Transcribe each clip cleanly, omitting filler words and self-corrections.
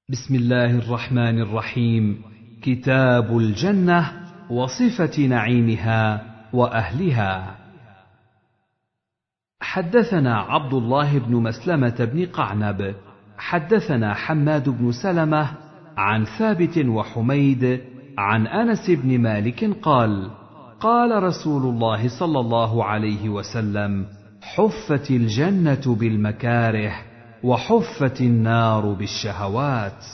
بسم الله الرحمن الرحيم. كتاب الجنة وصفة نعيمها وأهلها. حدثنا عبد الله بن مسلمة بن قعنب حدثنا حماد بن سلمة عن ثابت وحميد عن أنس بن مالك قال: قال رسول الله صلى الله عليه وسلم: حفت الجنة بالمكاره وحفت النار بالشهوات.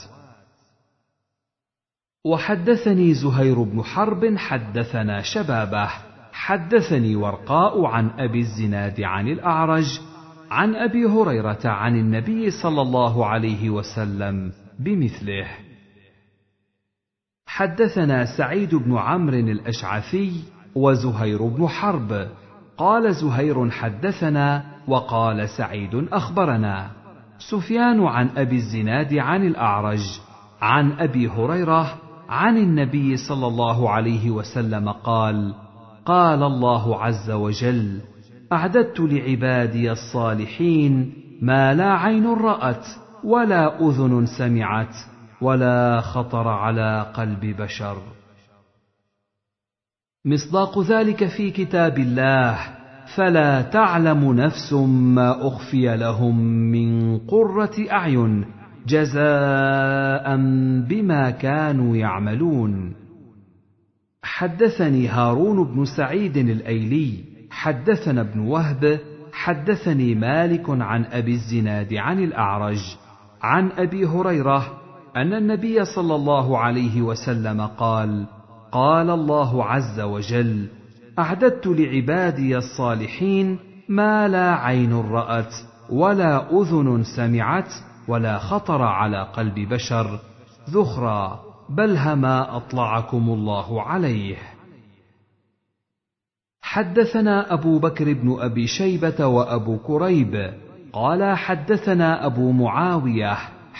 وحدثني زهير بن حرب حدثنا شبابه حدثني ورقاء عن أبي الزناد عن الأعرج عن أبي هريرة عن النبي صلى الله عليه وسلم بمثله. حدثنا سعيد بن عمرو الأشعثي وزهير بن حرب. قال زهير: حدثنا، وقال سعيد: أخبرنا سفيان عن أبي الزناد عن الأعرج عن أبي هريرة عن النبي صلى الله عليه وسلم قال: قال الله عز وجل: أعددت لعبادي الصالحين ما لا عين رأت ولا أذن سمعت ولا خطر على قلب بشر. مصداق ذلك في كتاب الله: فلا تعلم نفس ما أخفي لهم من قرة أعين جزاء بما كانوا يعملون. حدثني هارون بن سعيد الأيلي حدثنا ابن وهب حدثني مالك عن أبي الزناد عن الأعرج عن أبي هريرة أن النبي صلى الله عليه وسلم قال: قال الله عز وجل: أعددت لعبادي الصالحين ما لا عين رأت ولا أذن سمعت ولا خطر على قلب بشر ذخرا بل هما أطلعكم الله عليه. حدثنا أبو بكر بن أبي شيبة وأبو كريب قال: حدثنا أبو معاوية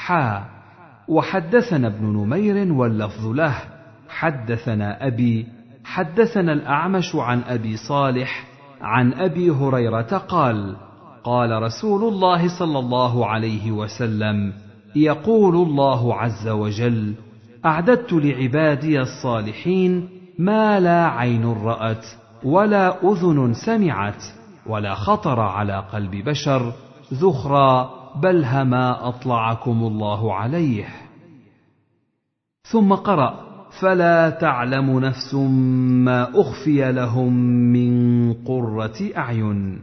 وحدثنا ابن نمير واللفظ له حدثنا أبي حدثنا الأعمش عن أبي صالح عن أبي هريرة قال: قال رسول الله صلى الله عليه وسلم: يقول الله عز وجل: أعددت لعبادي الصالحين ما لا عين رأت ولا أذن سمعت ولا خطر على قلب بشر ذخرا بل هما أطلعكم الله عليه. ثم قرأ: فلا تعلم نفس ما أخفي لهم من قرة أعين.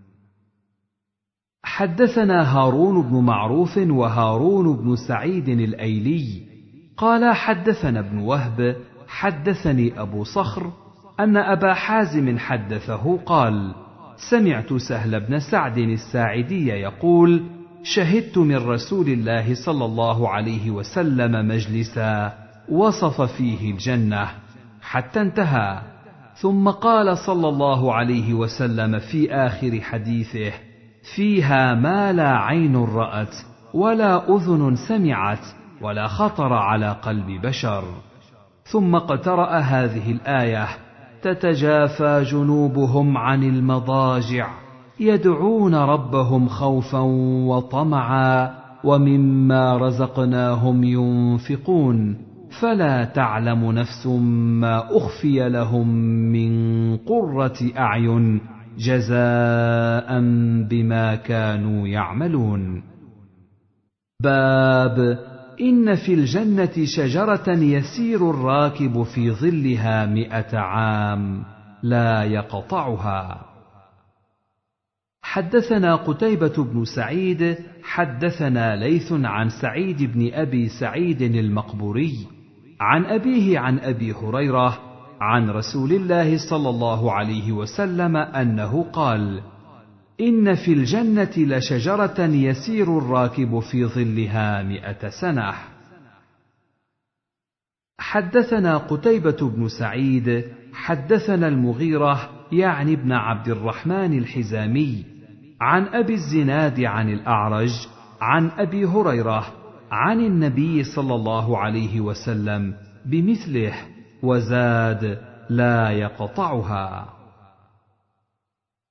حدثنا هارون بن معروف وهارون بن سعيد الأيلي قال: حدثنا ابن وهب حدثني أبو صخر أن أبا حازم حدثه قال: سمعت سهل بن سعد الساعدي يقول: شهدت من رسول الله صلى الله عليه وسلم مجلسا وصف فيه الجنة حتى انتهى، ثم قال صلى الله عليه وسلم في آخر حديثه: فيها ما لا عين رأت ولا أذن سمعت ولا خطر على قلب بشر. ثم اقترأ هذه الآية: تتجافى جنوبهم عن المضاجع يدعون ربهم خوفا وطمعا ومما رزقناهم ينفقون فلا تعلم نفس ما أخفي لهم من قرة أعين جزاء بما كانوا يعملون. باب إن في الجنة شجرة يسير الراكب في ظلها 100 عام لا يقطعها. حدثنا قتيبة بن سعيد حدثنا ليث عن سعيد بن أبي سعيد المقبوري عن أبيه عن أبي هريرة عن رسول الله صلى الله عليه وسلم أنه قال: إن في الجنة لشجرة يسير الراكب في ظلها 100 سنة. حدثنا قتيبة بن سعيد حدثنا المغيرة يعني ابن عبد الرحمن الحزامي عن أبي الزناد عن الأعرج عن أبي هريرة عن النبي صلى الله عليه وسلم بمثله وزاد: لا يقطعها.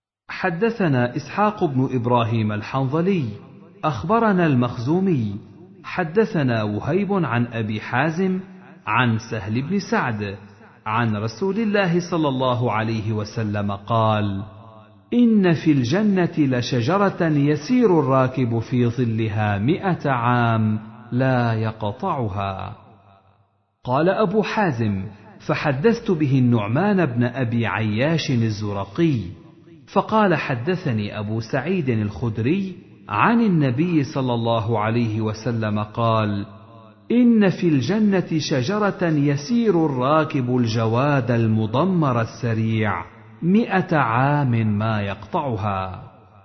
حدثنا إسحاق بن إبراهيم الحنظلي أخبرنا المخزومي حدثنا وهيب عن أبي حازم عن سهل بن سعد عن رسول الله صلى الله عليه وسلم قال: إن في الجنة لشجرة يسير الراكب في ظلها 100 عام لا يقطعها. قال أبو حازم: فحدثت به النعمان بن أبي عياش الزرقي، فقال: حدثني أبو سعيد الخدري عن النبي صلى الله عليه وسلم قال: إن في الجنة شجرة يسير الراكب الجواد المضمر السريع 100 عام ما يقطعها.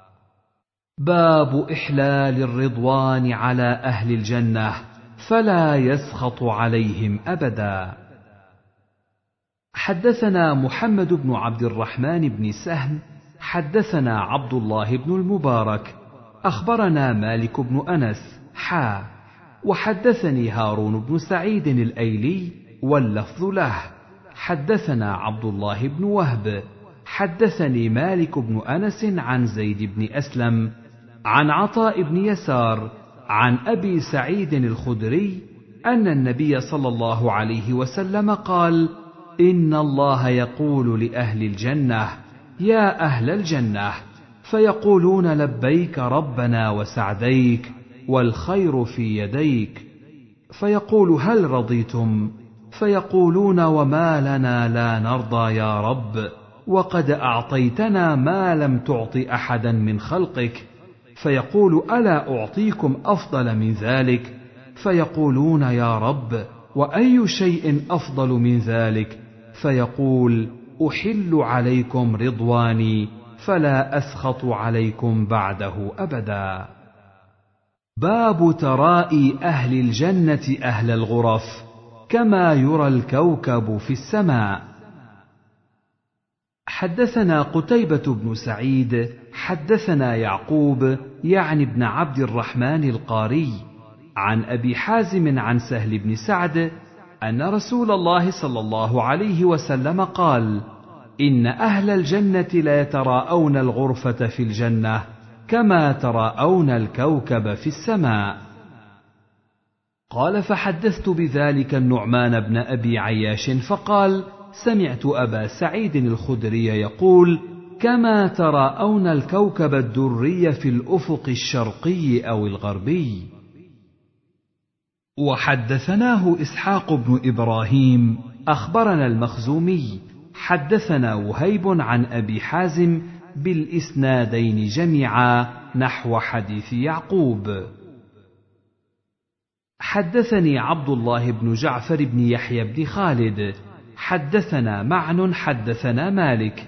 باب إحلال الرضوان على أهل الجنة فلا يسخط عليهم أبدا. حدثنا محمد بن عبد الرحمن بن سهم حدثنا عبد الله بن المبارك أخبرنا مالك بن أنس وحدثني هارون بن سعيد الأيلي واللفظ له. حدثنا عبد الله بن وهب حدثني مالك بن أنس عن زيد بن أسلم عن عطاء بن يسار عن أبي سعيد الخدري أن النبي صلى الله عليه وسلم قال: إن الله يقول لأهل الجنة: يا أهل الجنة، فيقولون: لبيك ربنا وسعديك والخير في يديك. فيقول: هل رضيتم؟ فيقولون: وما لنا لا نرضى يا رب، وقد أعطيتنا ما لم تعط أحدا من خلقك. فيقول: ألا أعطيكم أفضل من ذلك؟ فيقولون: يا رب، وأي شيء أفضل من ذلك؟ فيقول: أحل عليكم رضواني فلا أسخط عليكم بعده أبدا. باب ترائي أهل الجنة أهل الغرف كما يرى الكوكب في السماء. حدثنا قتيبة بن سعيد حدثنا يعقوب يعني بن عبد الرحمن القاري عن أبي حازم عن سهل بن سعد أن رسول الله صلى الله عليه وسلم قال: إن أهل الجنة ليتراءون الغرفة في الجنة كما تراءون الكوكب في السماء. قال: فحدثت بذلك النعمان بن أبي عياش فقال: سمعت أبا سعيد الخدري يقول: كما تراءون الكوكب الدري في الأفق الشرقي أو الغربي. وحدثناه إسحاق بن إبراهيم أخبرنا المخزومي حدثنا وهيب عن أبي حازم بالإسنادين جميعا نحو حديث يعقوب. حدثني عبد الله بن جعفر بن يحيى بن خالد حدثنا معن حدثنا مالك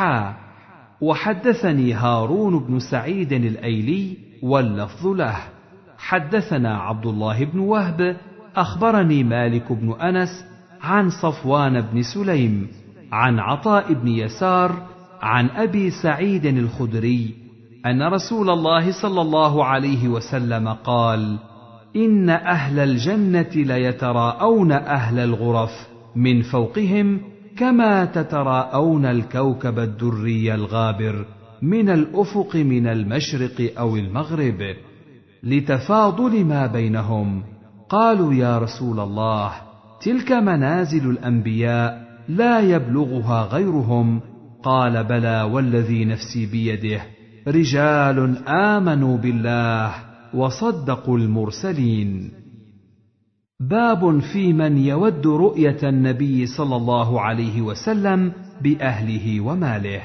وحدثني هارون بن سعيد الأيلي واللفظ له. حدثنا عبد الله بن وهب أخبرني مالك بن أنس عن صفوان بن سليم عن عطاء بن يسار عن أبي سعيد الخدري أن رسول الله صلى الله عليه وسلم قال: إن أهل الجنة ليتراءون أهل الغرف من فوقهم كما تتراءون الكوكب الدري الغابر من الأفق من المشرق أو المغرب، لتفاضل ما بينهم. قالوا: يا رسول الله، تلك منازل الأنبياء لا يبلغها غيرهم. قال: بلى والذي نفسي بيده، رجال آمنوا بالله وصدقوا المرسلين. باب في من يود رؤية النبي صلى الله عليه وسلم بأهله وماله.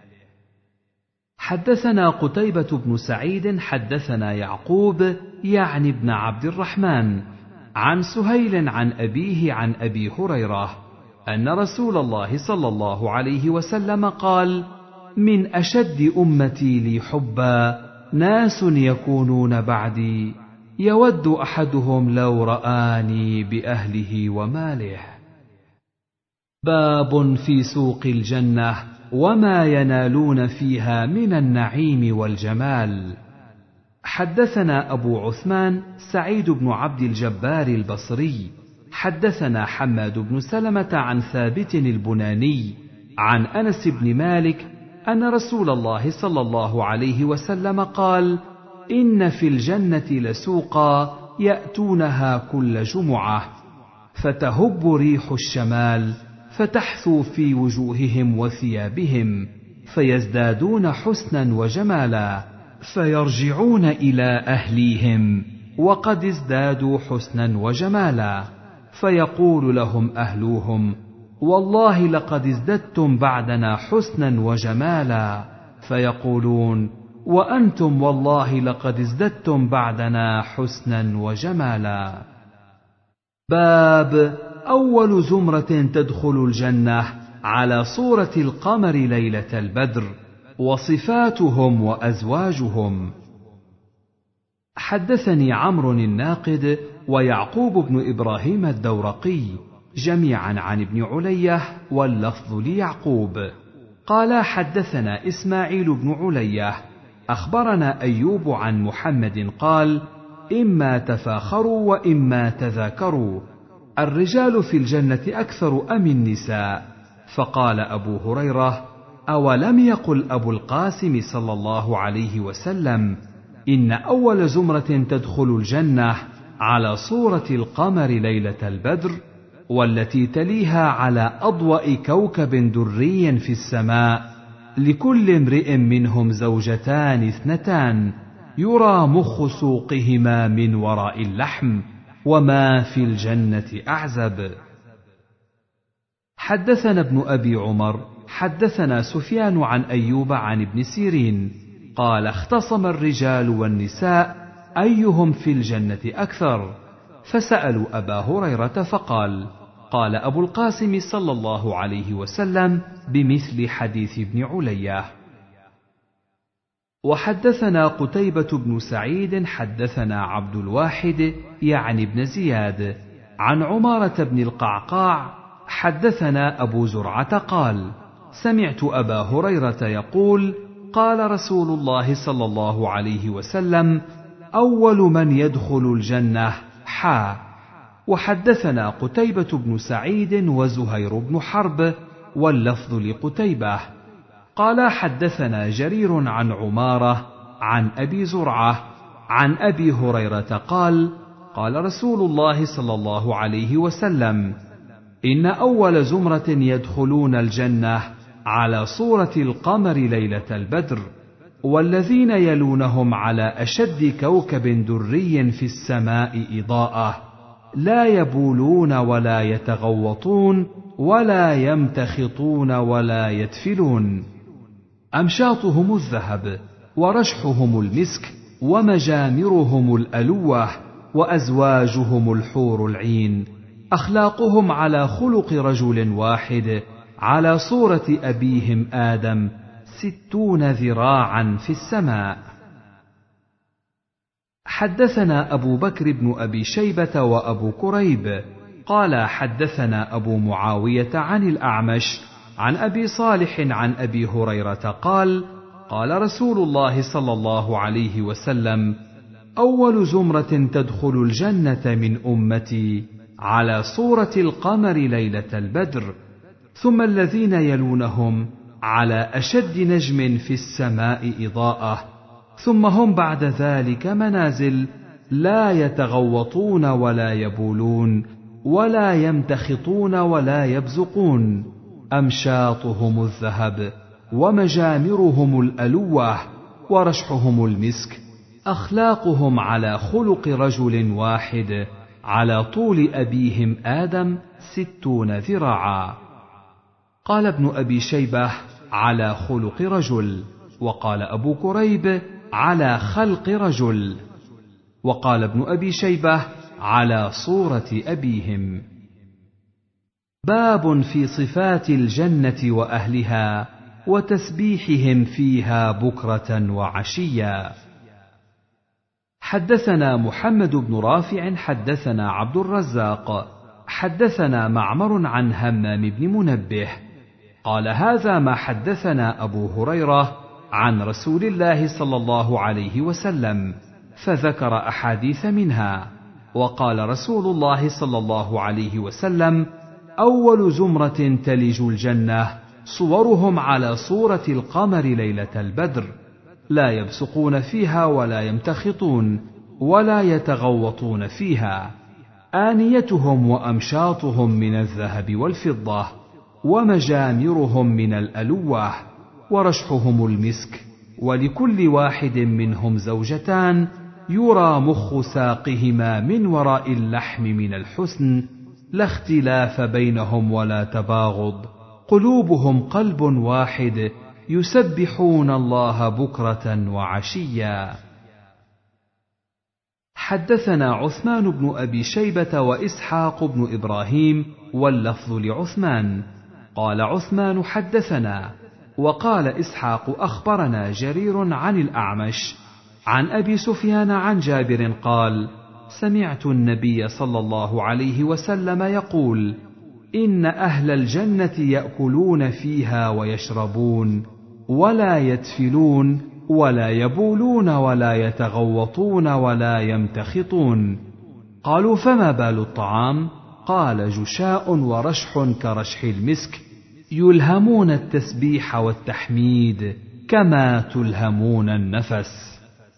حدثنا قتيبة بن سعيد حدثنا يعقوب يعني بن عبد الرحمن عن سهيل عن أبيه عن أبي هريرة أن رسول الله صلى الله عليه وسلم قال: من أشد أمتي لي حبا ناس يكونون بعدي يود أحدهم لو رآني بأهله وماله. باب في سوق الجنة وما ينالون فيها من النعيم والجمال. حدثنا أبو عثمان سعيد بن عبد الجبار البصري حدثنا حماد بن سلمة عن ثابت البناني عن أنس بن مالك أن رسول الله صلى الله عليه وسلم قال: إن في الجنة لسوقا يأتونها كل جمعة، فتهب ريح الشمال فتحثو في وجوههم وثيابهم، فيزدادون حسنا وجمالا، فيرجعون إلى أهليهم وقد ازدادوا حسنا وجمالا، فيقول لهم أهلوهم: والله لقد ازددتم بعدنا حسنا وجمالا، فيقولون: وأنتم والله لقد ازددتم بعدنا حسنا وجمالا. باب أول زمرة تدخل الجنة على صورة القمر ليلة البدر، وصفاتهم وأزواجهم. حدثني عمرو الناقد ويعقوب بن إبراهيم الدورقي جميعا عن ابن علية، واللفظ ليعقوب، قال: حدثنا إسماعيل بن علية أخبرنا أيوب عن محمد قال: إما تفاخروا وإما تذاكروا، الرجال في الجنة أكثر أم النساء؟ فقال أبو هريرة: أولم يقل أبو القاسم صلى الله عليه وسلم: إن أول زمرة تدخل الجنة على صورة القمر ليلة البدر، والتي تليها على أضوأ كوكب دري في السماء، لكل امرئ منهم زوجتان اثنتان، يرى مخ سوقهما من وراء اللحم، وما في الجنة أعزب. حدثنا ابن أبي عمر حدثنا سفيان عن أيوب عن ابن سيرين قال: اختصم الرجال والنساء أيهم في الجنة أكثر، فسألوا أبا هريرة فقال: قال أبو القاسم صلى الله عليه وسلم بمثل حديث ابن علية. وحدثنا قتيبة بن سعيد حدثنا عبد الواحد يعني ابن زياد عن عمارة بن القعقاع حدثنا أبو زرعة قال: سمعت أبا هريرة يقول: قال رسول الله صلى الله عليه وسلم: أول من يدخل الجنة حا. وحدثنا قتيبة بن سعيد وزهير بن حرب، واللفظ لقتيبة، قال: حدثنا جرير عن عمارة عن أبي زرعة عن أبي هريرة قال: قال رسول الله صلى الله عليه وسلم: إن أول زمرة يدخلون الجنة على صورة القمر ليلة البدر، والذين يلونهم على أشد كوكب دري في السماء إضاءة، لا يبولون ولا يتغوطون ولا يمتخطون ولا يتفلون، أمشاطهم الذهب، ورشحهم المسك، ومجامرهم الألوة، وأزواجهم الحور العين، أخلاقهم على خلق رجل واحد، على صورة أبيهم آدم، 60 ذراعا في السماء. حدثنا أبو بكر بن أبي شيبة وأبو كريب قال: حدثنا أبو معاوية عن الأعمش عن أبي صالح عن أبي هريرة قال: قال رسول الله صلى الله عليه وسلم: أول زمرة تدخل الجنة من أمتي على صورة القمر ليلة البدر، ثم الذين يلونهم على أشد نجم في السماء إضاءة، ثم هم بعد ذلك منازل، لا يتغوطون ولا يبولون ولا يمتخطون ولا يبزقون، أمشاطهم الذهب، ومجامرهم الألوة، ورشحهم المسك، أخلاقهم على خلق رجل واحد، على طول أبيهم آدم 60 ذراعا. قال ابن أبي شيبة: على خلق رجل. وقال أبو كريب: على خلق رجل. وقال ابن أبي شيبة: على صورة أبيهم. باب في صفات الجنة وأهلها وتسبيحهم فيها بكرة وعشيا. حدثنا محمد بن رافع حدثنا عبد الرزاق حدثنا معمر عن همام بن منبه قال: هذا ما حدثنا أبو هريرة عن رسول الله صلى الله عليه وسلم، فذكر أحاديث منها. وقال رسول الله صلى الله عليه وسلم: أول زمرة تلج الجنة صورهم على صورة القمر ليلة البدر، لا يبصقون فيها ولا يمتخطون، ولا يتغوطون فيها، آنيتهم وأمشاطهم من الذهب والفضة، ومجامرهم من الألوة، ورشحهم المسك، ولكل واحد منهم زوجتان، يرى مخ ساقهما من وراء اللحم من الحسن، لا اختلاف بينهم ولا تباغض، قلوبهم قلب واحد، يسبحون الله بكرة وعشيا. حدثنا عثمان بن أبي شيبة وإسحاق بن إبراهيم، واللفظ لعثمان. قال عثمان حدثنا، وقال إسحاق أخبرنا جرير عن الأعمش عن أبي سفيان عن جابر قال: سمعت النبي صلى الله عليه وسلم يقول: إن أهل الجنة يأكلون فيها ويشربون، ولا يتفلون، ولا يبولون، ولا يتغوطون، ولا يمتخطون. قالوا: فما بال الطعام؟ قال: جشاء ورشح كرشح المسك، يلهمون التسبيح والتحميد كما تلهمون النفس.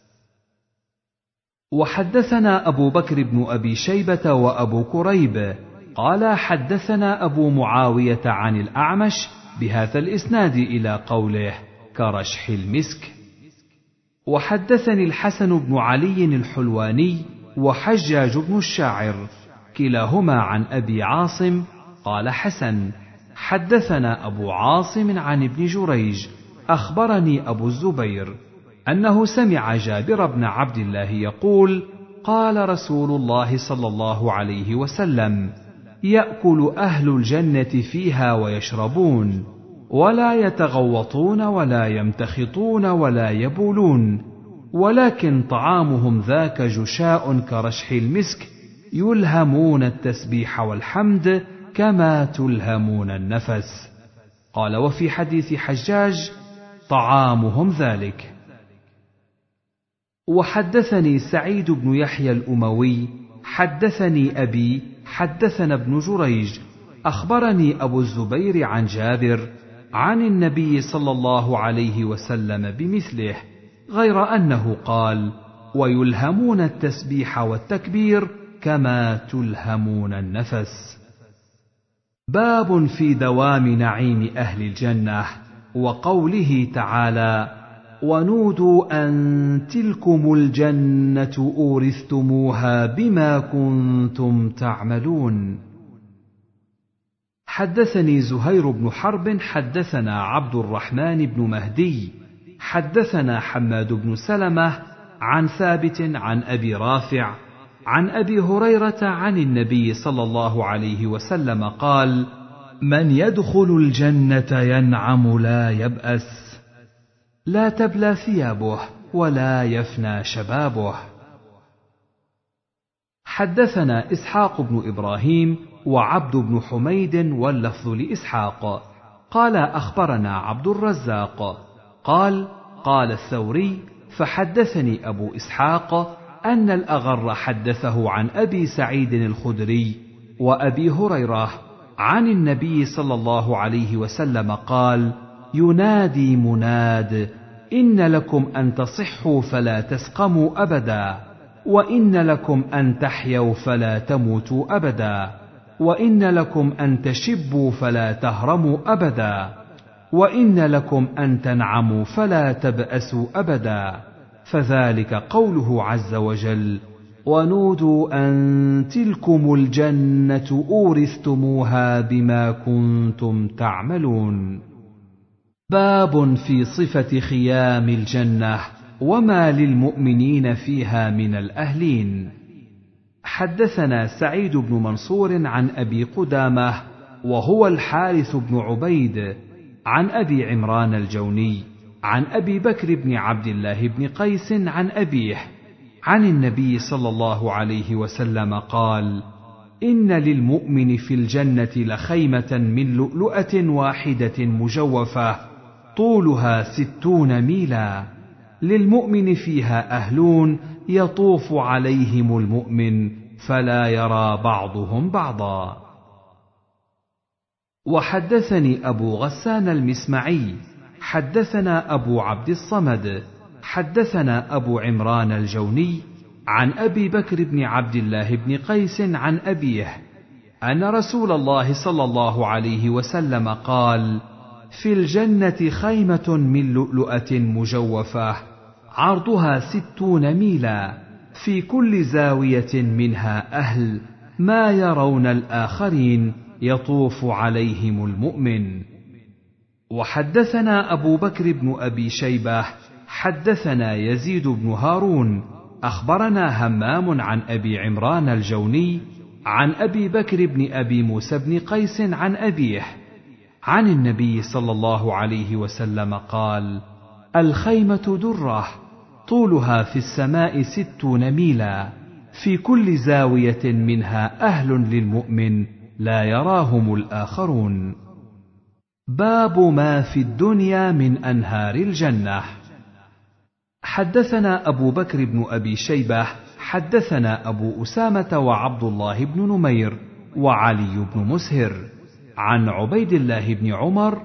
وحدثنا أبو بكر بن أبي شيبة وأبو كريب قال حدثنا أبو معاوية عن الأعمش بهذا الإسناد إلى قوله كرشح المسك. وحدثني الحسن بن علي الحلواني وحجاج بن الشاعر كلاهما عن أبي عاصم قال حسن: حدثنا أبو عاصم عن ابن جريج أخبرني أبو الزبير أنه سمع جابر بن عبد الله يقول: قال رسول الله صلى الله عليه وسلم: يأكل أهل الجنة فيها ويشربون، ولا يتغوطون، ولا يمتخطون، ولا يبولون، ولكن طعامهم ذاك جشاء كرشح المسك، يلهمون التسبيح والحمد كما تلهمون النفس. قال: وفي حديث حجاج: طعامهم ذلك. وحدثني سعيد بن يحيى الأموي حدثني أبي حدثنا ابن جريج أخبرني أبو الزبير عن جابر عن النبي صلى الله عليه وسلم بمثله، غير أنه قال: ويلهمون التسبيح والتكبير كما تلهمون النفس. باب في دوام نعيم أهل الجنة، وقوله تعالى: ونودوا أن تلكم الجنة أورثتموها بما كنتم تعملون. حدثني زهير بن حرب حدثنا عبد الرحمن بن مهدي حدثنا حماد بن سلمة عن ثابت عن أبي رافع عن أبي هريرة عن النبي صلى الله عليه وسلم قال: من يدخل الجنة ينعم لا يبأس، لا تبلى ثيابه ولا يفنى شبابه. حدثنا إسحاق بن إبراهيم وعبد بن حميد، واللفظ لإسحاق قال: أخبرنا عبد الرزاق قال: قال الثوري: فحدثني أبو إسحاق أن الأغر حدثه عن أبي سعيد الخدري وأبي هريرة عن النبي صلى الله عليه وسلم قال: ينادي مناد: إن لكم أن تصحوا فلا تسقموا أبدا، وإن لكم أن تحيوا فلا تموتوا أبدا، وإن لكم أن تشبوا فلا تهرموا أبدا، وإن لكم أن تنعموا فلا تبأسوا أبدا. فذلك قوله عز وجل: ونودوا أن تلكم الجنة أورثتموها بما كنتم تعملون. باب في صفة خيام الجنة وما للمؤمنين فيها من الأهلين. حدثنا سعيد بن منصور عن أبي قدامة وهو الحارث بن عبيد عن أبي عمران الجوني عن أبي بكر بن عبد الله بن قيس عن أبيه عن النبي صلى الله عليه وسلم قال: إن للمؤمن في الجنة لخيمة من لؤلؤة واحدة مجوفة طولها 60 ميلا، للمؤمن فيها أهلون يطوف عليهم المؤمن فلا يرى بعضهم بعضا. وحدثني أبو غسان المسمعي حدثنا أبو عبد الصمد حدثنا أبو عمران الجوني عن أبي بكر بن عبد الله بن قيس عن أبيه أن رسول الله صلى الله عليه وسلم قال: في الجنة خيمة من لؤلؤة مجوفة عرضها 60 ميلا، في كل زاوية منها أهل ما يرون الآخرين يطوف عليهم المؤمن. وحدثنا أبو بكر بن أبي شيبة حدثنا يزيد بن هارون أخبرنا همام عن أبي عمران الجوني عن أبي بكر بن أبي موسى بن قيس عن أبيه عن النبي صلى الله عليه وسلم قال: الخيمة درة طولها في السماء 60 ميلا، في كل زاوية منها أهل للمؤمن لا يراهم الآخرون. باب ما في الدنيا من أنهار الجنة. حدثنا أبو بكر بن أبي شيبة حدثنا أبو أسامة وعبد الله بن نمير وعلي بن مسهر عن عبيد الله بن عمر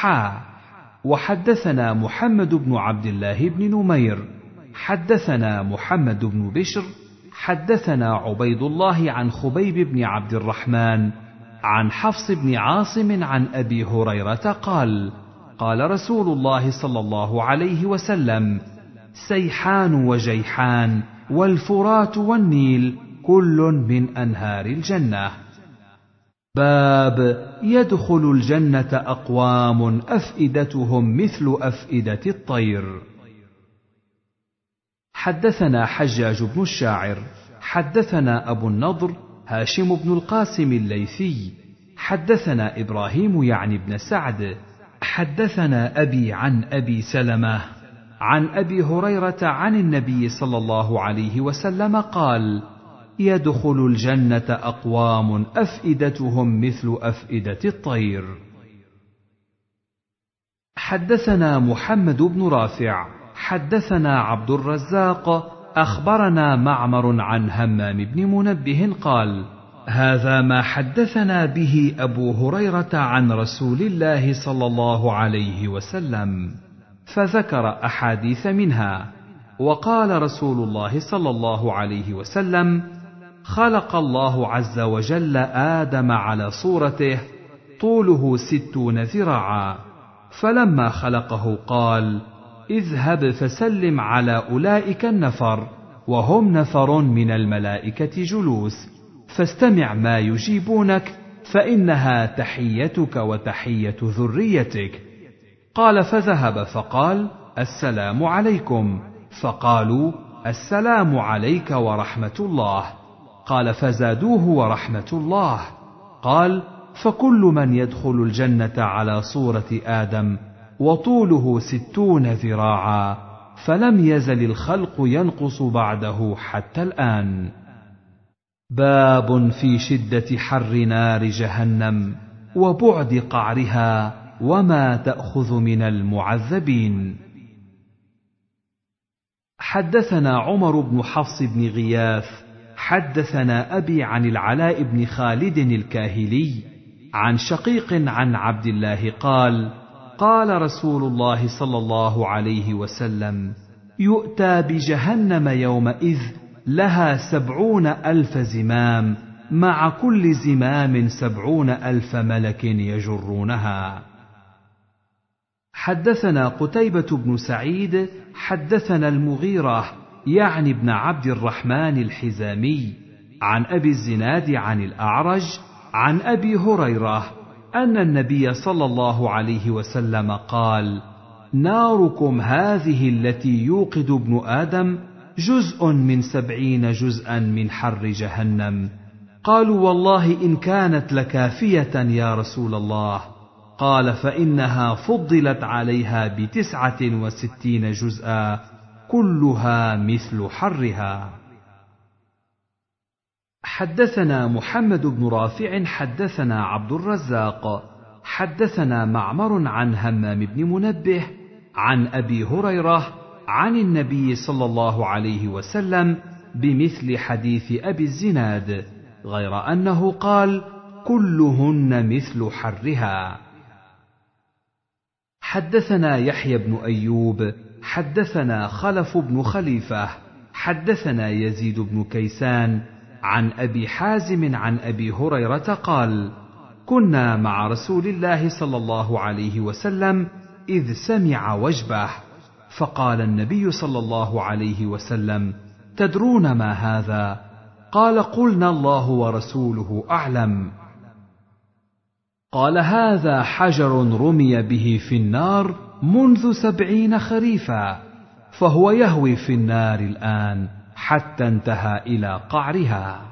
وحدثنا محمد بن عبد الله بن نمير حدثنا محمد بن بشر حدثنا عبيد الله عن خبيب بن عبد الرحمن عن حفص بن عاصم عن أبي هريرة قال: قال رسول الله صلى الله عليه وسلم: سيحان وجيحان والفرات والنيل كل من أنهار الجنة. باب يدخل الجنة أقوام أفئدتهم مثل أفئدة الطير. حدثنا حجاج بن الشاعر حدثنا أبو النضر هاشم بن القاسم الليثي حدثنا إبراهيم يعني بن سعد حدثنا أبي عن أبي سلمة عن أبي هريرة عن النبي صلى الله عليه وسلم قال: يدخل الجنة أقوام أفئدتهم مثل أفئدة الطير. حدثنا محمد بن رافع حدثنا عبد الرزاق أخبرنا معمر عن همام بن منبه قال: هذا ما حدثنا به أبو هريرة عن رسول الله صلى الله عليه وسلم، فذكر أحاديث منها. وقال رسول الله صلى الله عليه وسلم: خلق الله عز وجل آدم على صورته طوله 60 ذراعا، فلما خلقه قال: اذهب فسلم على أولئك النفر، وهم نفر من الملائكة جلوس، فاستمع ما يجيبونك، فإنها تحيتك وتحية ذريتك. قال: فذهب فقال: السلام عليكم، فقالوا: السلام عليك ورحمة الله. قال: فزادوه ورحمة الله. قال: فكل من يدخل الجنة على صورة آدم وطوله 60 ذراعا، فلم يزل الخلق ينقص بعده حتى الآن. باب في شدة حر نار جهنم وبعد قعرها وما تأخذ من المعذبين. حدثنا عمر بن حفص بن غياث حدثنا أبي عن العلاء بن خالد الكاهلي عن شقيق عن عبد الله قال: قال رسول الله صلى الله عليه وسلم: يؤتى بجهنم يومئذ لها 70,000 زمام، مع كل زمام 70,000 ملك يجرونها. حدثنا قتيبة بن سعيد حدثنا المغيرة يعني ابن عبد الرحمن الحزامي عن أبي الزناد عن الأعرج عن أبي هريرة أن النبي صلى الله عليه وسلم قال: ناركم هذه التي يوقد ابن آدم جزء من 70 جزءا من حر جهنم. قالوا: والله إن كانت لكافية يا رسول الله. قال: فإنها فضلت عليها ب69 جزءا كلها مثل حرها. حدثنا محمد بن رافع حدثنا عبد الرزاق حدثنا معمر عن همام بن منبه عن أبي هريرة عن النبي صلى الله عليه وسلم بمثل حديث أبي الزناد، غير أنه قال: كلهن مثل حرها. حدثنا يحيى بن أيوب حدثنا خلف بن خليفة حدثنا يزيد بن كيسان عن أبي حازم عن أبي هريرة قال: كنا مع رسول الله صلى الله عليه وسلم إذ سمع وجبه، فقال النبي صلى الله عليه وسلم: تدرون ما هذا؟ قال: قلنا الله ورسوله أعلم. قال: هذا حجر رمي به في النار منذ 70 خريفا، فهو يهوي في النار الآن حتى انتهى إلى قعرها.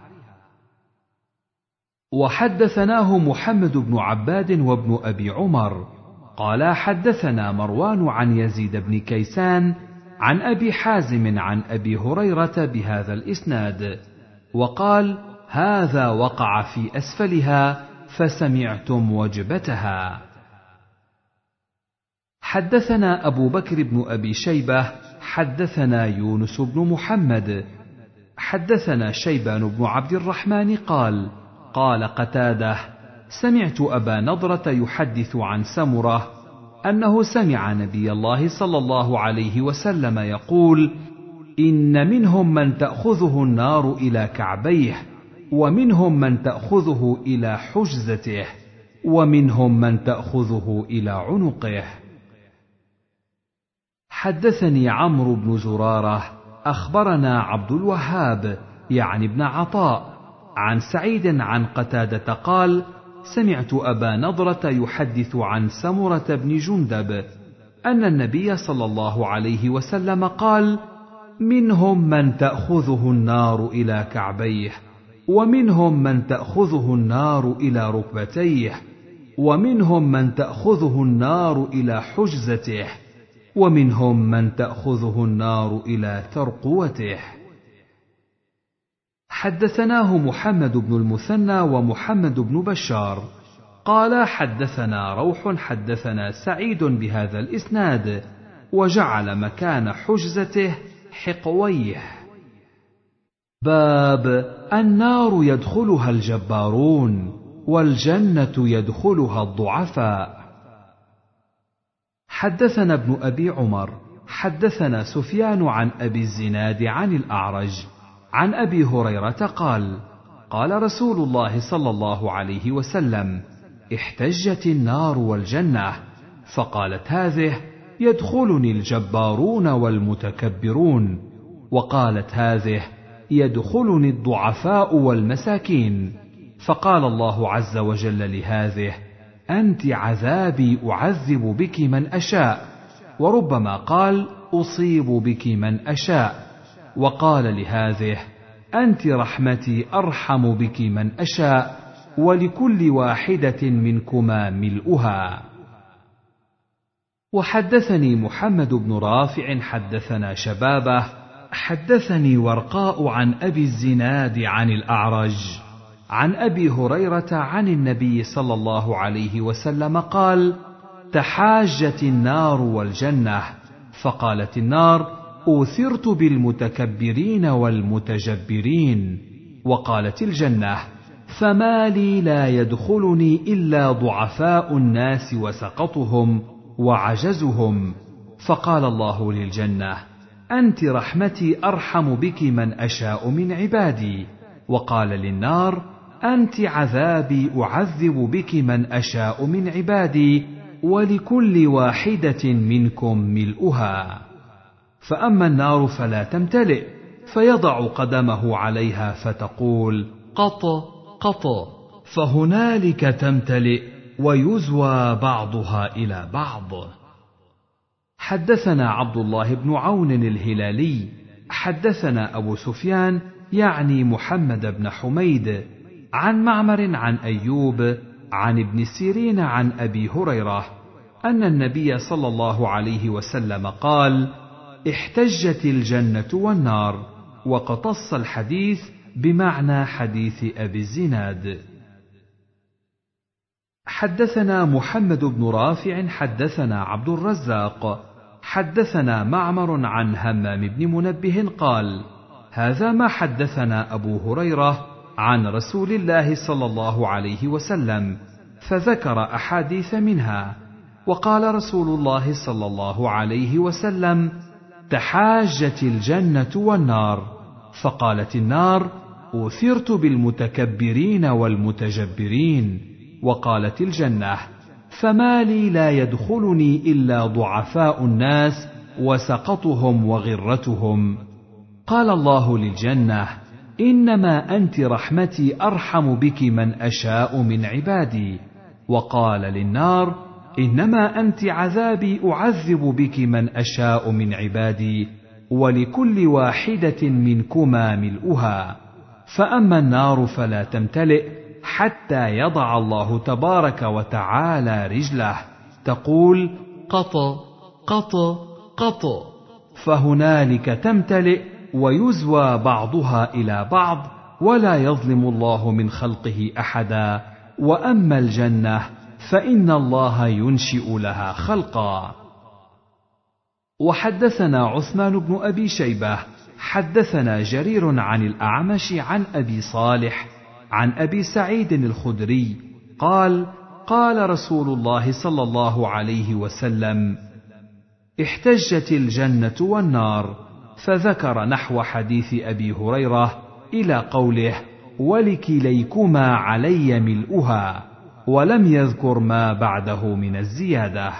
وحدثناه محمد بن عباد وابن أبي عمر قال: حدثنا مروان عن يزيد بن كيسان عن أبي حازم عن أبي هريرة بهذا الإسناد، وقال: هذا وقع في أسفلها فسمعتم وجبتها. حدثنا أبو بكر بن أبي شيبة حدثنا يونس بن محمد حدثنا شيبان بن عبد الرحمن قال: قال قتادة: سمعت أبا نضرة يحدث عن سمرة أنه سمع نبي الله صلى الله عليه وسلم يقول: إن منهم من تأخذه النار إلى كعبيه، ومنهم من تأخذه إلى حجزته، ومنهم من تأخذه إلى عنقه. حدثني عمرو بن زرارة أخبرنا عبد الوهاب يعني ابن عطاء عن سعيد عن قتادة قال: سمعت أبا نضرة يحدث عن سمرة بن جندب أن النبي صلى الله عليه وسلم قال: منهم من تأخذه النار إلى كعبيه، ومنهم من تأخذه النار إلى ركبتيه، ومنهم من تأخذه النار إلى حجزته، ومنهم من تأخذه النار إلى ترقوته. حدثناه محمد بن المثنى ومحمد بن بشار قال: حدثنا روح حدثنا سعيد بهذا الإسناد، وجعل مكان حجزته حقويه. باب النار يدخلها الجبارون والجنة يدخلها الضعفاء. حدثنا ابن أبي عمر حدثنا سفيان عن أبي الزناد عن الأعرج عن أبي هريرة قال: قال رسول الله صلى الله عليه وسلم: احتجت النار والجنة، فقالت هذه: يدخلني الجبارون والمتكبرون، وقالت هذه: يدخلني الضعفاء والمساكين، فقال الله عز وجل لهذه: أنت عذابي أعذب بك من أشاء، وربما قال: أصيب بك من أشاء، وقال لهذه: أنت رحمتي أرحم بك من أشاء، ولكل واحدة منكما ملؤها. وحدثني محمد بن رافع حدثنا شبابه حدثني ورقاء عن أبي الزناد عن الأعرج عن أبي هريرة عن النبي صلى الله عليه وسلم قال: تحاجت النار والجنة، فقالت النار: أوثرت بالمتكبرين والمتجبرين، وقالت الجنة: فما لي لا يدخلني إلا ضعفاء الناس وسقطهم وعجزهم، فقال الله للجنة: أنت رحمتي أرحم بك من أشاء من عبادي، وقال للنار: أنت عذابي أعذب بك من أشاء من عبادي، ولكل واحدة منكم ملؤها. فأما النار فلا تمتلئ، فيضع قدمه عليها فتقول: قط قط، فهنالك تمتلئ ويزوى بعضها إلى بعض. حدثنا عبد الله بن عون الهلالي حدثنا أبو سفيان يعني محمد بن حميد عن معمر عن أيوب عن ابن سيرين عن أبي هريرة أن النبي صلى الله عليه وسلم قال: احتجت الجنة والنار، وقتص الحديث بمعنى حديث أبي الزناد. حدثنا محمد بن رافع حدثنا عبد الرزاق حدثنا معمر عن همام بن منبه قال: هذا ما حدثنا أبو هريرة عن رسول الله صلى الله عليه وسلم، فذكر أحاديث منها، وقال رسول الله صلى الله عليه وسلم: تحاجت الجنة والنار، فقالت النار: أوثرت بالمتكبرين والمتجبرين. وقالت الجنة: فما لي لا يدخلني إلا ضعفاء الناس وسقطهم وغرتهم. قال الله للجنة: إنما أنت رحمتي أرحم بك من أشاء من عبادي. وقال للنار: إنما أنت عذابي أعذب بك من أشاء من عبادي، ولكل واحدة منكما ملؤها. فأما النار فلا تمتلئ حتى يضع الله تبارك وتعالى رجله، تقول: قط قط قط، فهنالك تمتلئ ويزوى بعضها إلى بعض، ولا يظلم الله من خلقه أحدا. وأما الجنة فإن الله ينشئ لها خلقا. وحدثنا عثمان بن أبي شيبة حدثنا جرير عن الأعمش عن أبي صالح عن أبي سعيد الخدري قال: قال رسول الله صلى الله عليه وسلم: احتجت الجنة والنار، فذكر نحو حديث أبي هريرة إلى قوله: ولكليكما علي ملؤها، ولم يذكر ما بعده من الزيادة.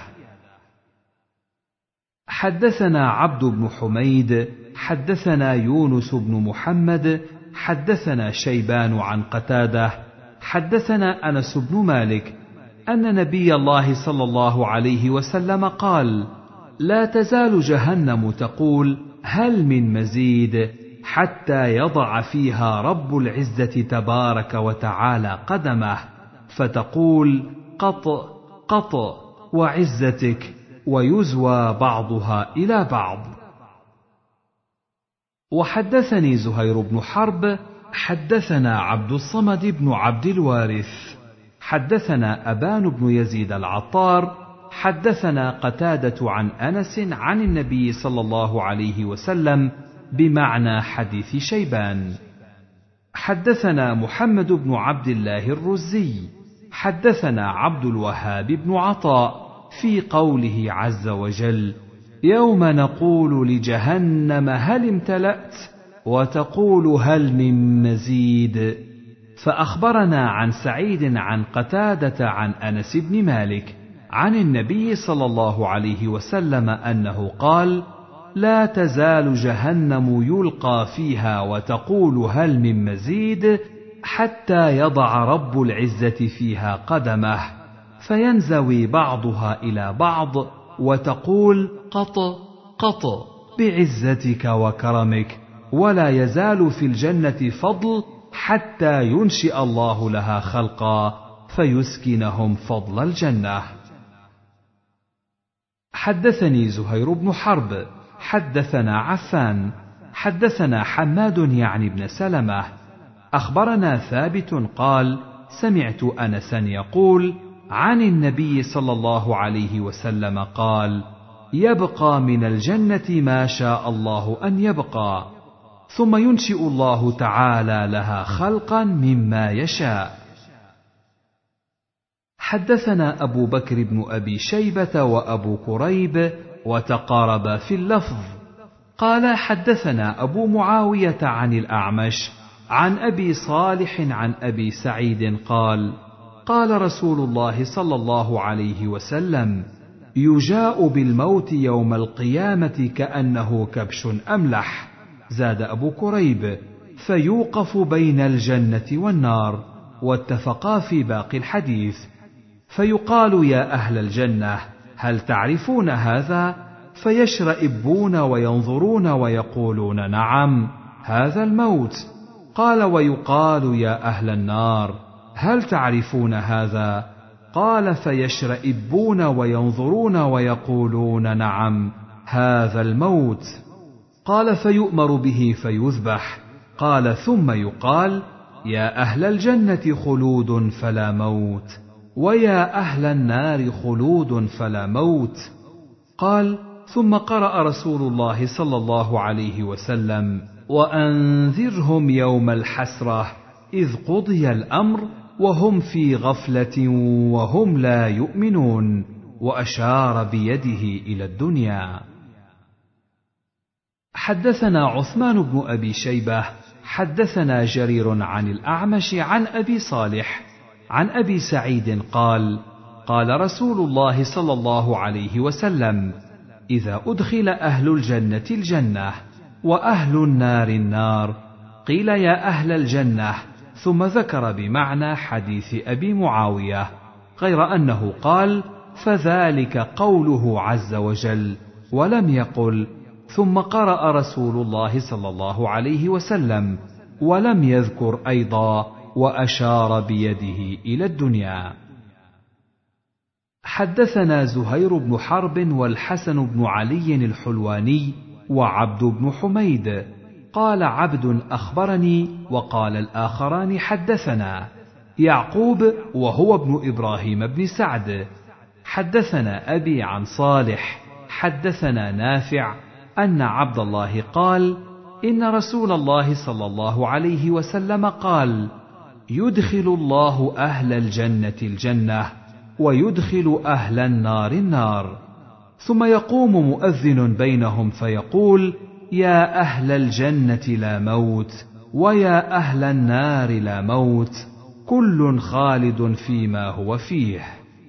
حدثنا عبد بن حميد حدثنا يونس بن محمد حدثنا شيبان عن قتادة حدثنا أنس بن مالك أن نبي الله صلى الله عليه وسلم قال: لا تزال جهنم تقول: هل من مزيد، حتى يضع فيها رب العزة تبارك وتعالى قدمه، فتقول: قط قط وعزتك، ويزوى بعضها إلى بعض. وحدثني زهير بن حرب حدثنا عبد الصمد بن عبد الوارث حدثنا أبان بن يزيد العطار حدثنا قتادة عن أنس عن النبي صلى الله عليه وسلم بمعنى حديث شيبان. حدثنا محمد بن عبد الله الرزي حدثنا عبد الوهاب بن عطاء في قوله عز وجل: يوم نقول لجهنم هل امتلأت، وتقول هل من مزيد. فأخبرنا عن سعيد عن قتادة عن أنس بن مالك عن النبي صلى الله عليه وسلم أنه قال: لا تزال جهنم يلقى فيها وتقول هل من مزيد، حتى يضع رب العزة فيها قدمه، فينزوي بعضها إلى بعض، وتقول: قط قط بعزتك وكرمك، ولا يزال في الجنة فضل حتى ينشئ الله لها خلقا فيسكنهم فضل الجنة. حدثني زهير بن حرب حدثنا عفان حدثنا حماد يعني بن سلمة أخبرنا ثابت قال: سمعت أنسا يقول عن النبي صلى الله عليه وسلم قال: يبقى من الجنة ما شاء الله أن يبقى، ثم ينشئ الله تعالى لها خلقا مما يشاء. حدثنا أبو بكر بن أبي شيبة وأبو كريب وتقاربا في اللفظ. قال: حدثنا أبو معاوية عن الأعمش عن أبي صالح عن أبي سعيد قال: قال رسول الله صلى الله عليه وسلم: يجاء بالموت يوم القيامة كأنه كبش أملح. زاد أبو كريب: فيوقف بين الجنة والنار. واتفقا في باقي الحديث. فيقال: يا أهل الجنة هل تعرفون هذا؟ فيشرئبون وينظرون ويقولون: نعم، هذا الموت. قال: ويقال: يا أهل النار هل تعرفون هذا؟ قال: فيشرئبون وينظرون ويقولون: نعم، هذا الموت. قال: فيؤمر به فيذبح. قال: ثم يقال: يا أهل الجنة خلود فلا موت، ويا أهل النار خلود فلا موت. قال: ثم قرأ رسول الله صلى الله عليه وسلم: وأنذرهم يوم الحسرة إذ قضي الأمر وهم في غفلة وهم لا يؤمنون، وأشار بيده إلى الدنيا. حدثنا عثمان بن أبي شيبة حدثنا جرير عن الأعمش عن أبي صالح عن أبي سعيد قال قال رسول الله صلى الله عليه وسلم: إذا أدخل أهل الجنة الجنة وأهل النار النار قيل يا أهل الجنة، ثم ذكر بمعنى حديث أبي معاوية، غير أنه قال: فذلك قوله عز وجل، ولم يقل: ثم قرأ رسول الله صلى الله عليه وسلم، ولم يذكر أيضا وأشار بيده إلى الدنيا. حدثنا زهير بن حرب والحسن بن علي الحلواني وعبد بن حميد قال عبد أخبرني، وقال الآخران حدثنا يعقوب وهو ابن إبراهيم بن سعد. حدثنا أبي عن صالح حدثنا نافع أن عبد الله قال: إن رسول الله صلى الله عليه وسلم قال: يدخل الله أهل الجنة الجنة ويدخل أهل النار النار، ثم يقوم مؤذن بينهم فيقول: يا أهل الجنة لا موت، ويا أهل النار لا موت، كل خالد فيما هو فيه.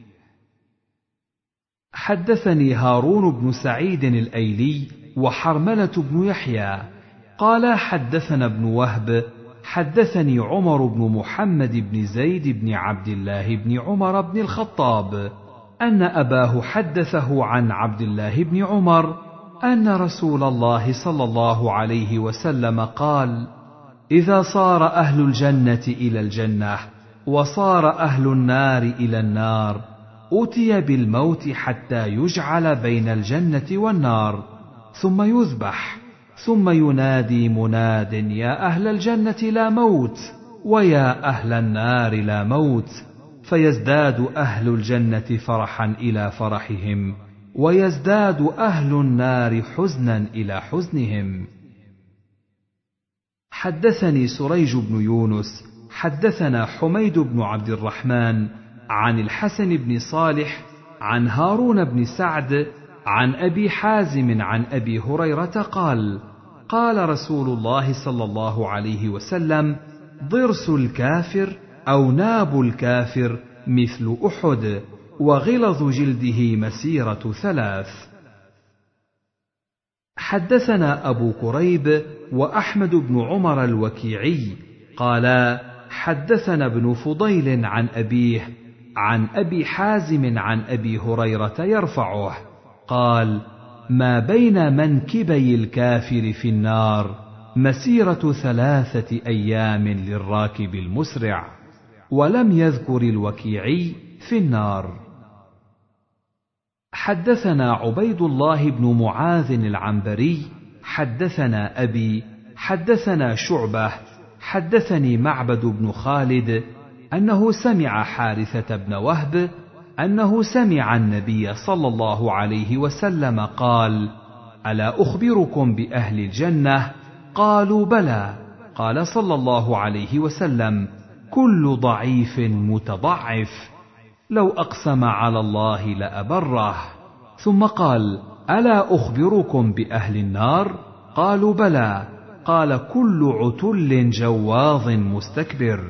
حدثني هارون بن سعيد الأيلي وحرملة بن يحيى قال حدثنا ابن وهب حدثني عمر بن محمد بن زيد بن عبد الله بن عمر بن الخطاب أن أباه حدثه عن عبد الله بن عمر أن رسول الله صلى الله عليه وسلم قال: إذا صار أهل الجنة إلى الجنة وصار أهل النار إلى النار أتي بالموت حتى يجعل بين الجنة والنار، ثم يذبح، ثم ينادي مناد: يا أهل الجنة لا موت، ويا أهل النار لا موت، فيزداد أهل الجنة فرحا إلى فرحهم، ويزداد أهل النار حزنا إلى حزنهم. حدثني سريج بن يونس حدثنا حميد بن عبد الرحمن عن الحسن بن صالح عن هارون بن سعد عن أبي حازم عن أبي هريرة قال: قال رسول الله صلى الله عليه وسلم: ضرس الكافر أو ناب الكافر مثل أحد، وغلظ جلده مسيرة 3. حدثنا أبو كريب وأحمد بن عمر الوكيعي قالا حدثنا ابن فضيل عن أبيه عن أبي حازم عن أبي هريرة يرفعه قال: ما بين منكبي الكافر في النار مسيرة 3 أيام للراكب المسرع. ولم يذكر الوكيعي في النار. حدثنا عبيد الله بن معاذ العنبري حدثنا أبي حدثنا شعبة حدثني معبد بن خالد أنه سمع حارثة بن وهب أنه سمع النبي صلى الله عليه وسلم قال: ألا أخبركم بأهل الجنة؟ قالوا بلى. قال صلى الله عليه وسلم: كل ضعيف متضعف، لو أقسم على الله لأبره. ثم قال: ألا أخبركم بأهل النار؟ قالوا بلى. قال: كل عتل جواظ مستكبر.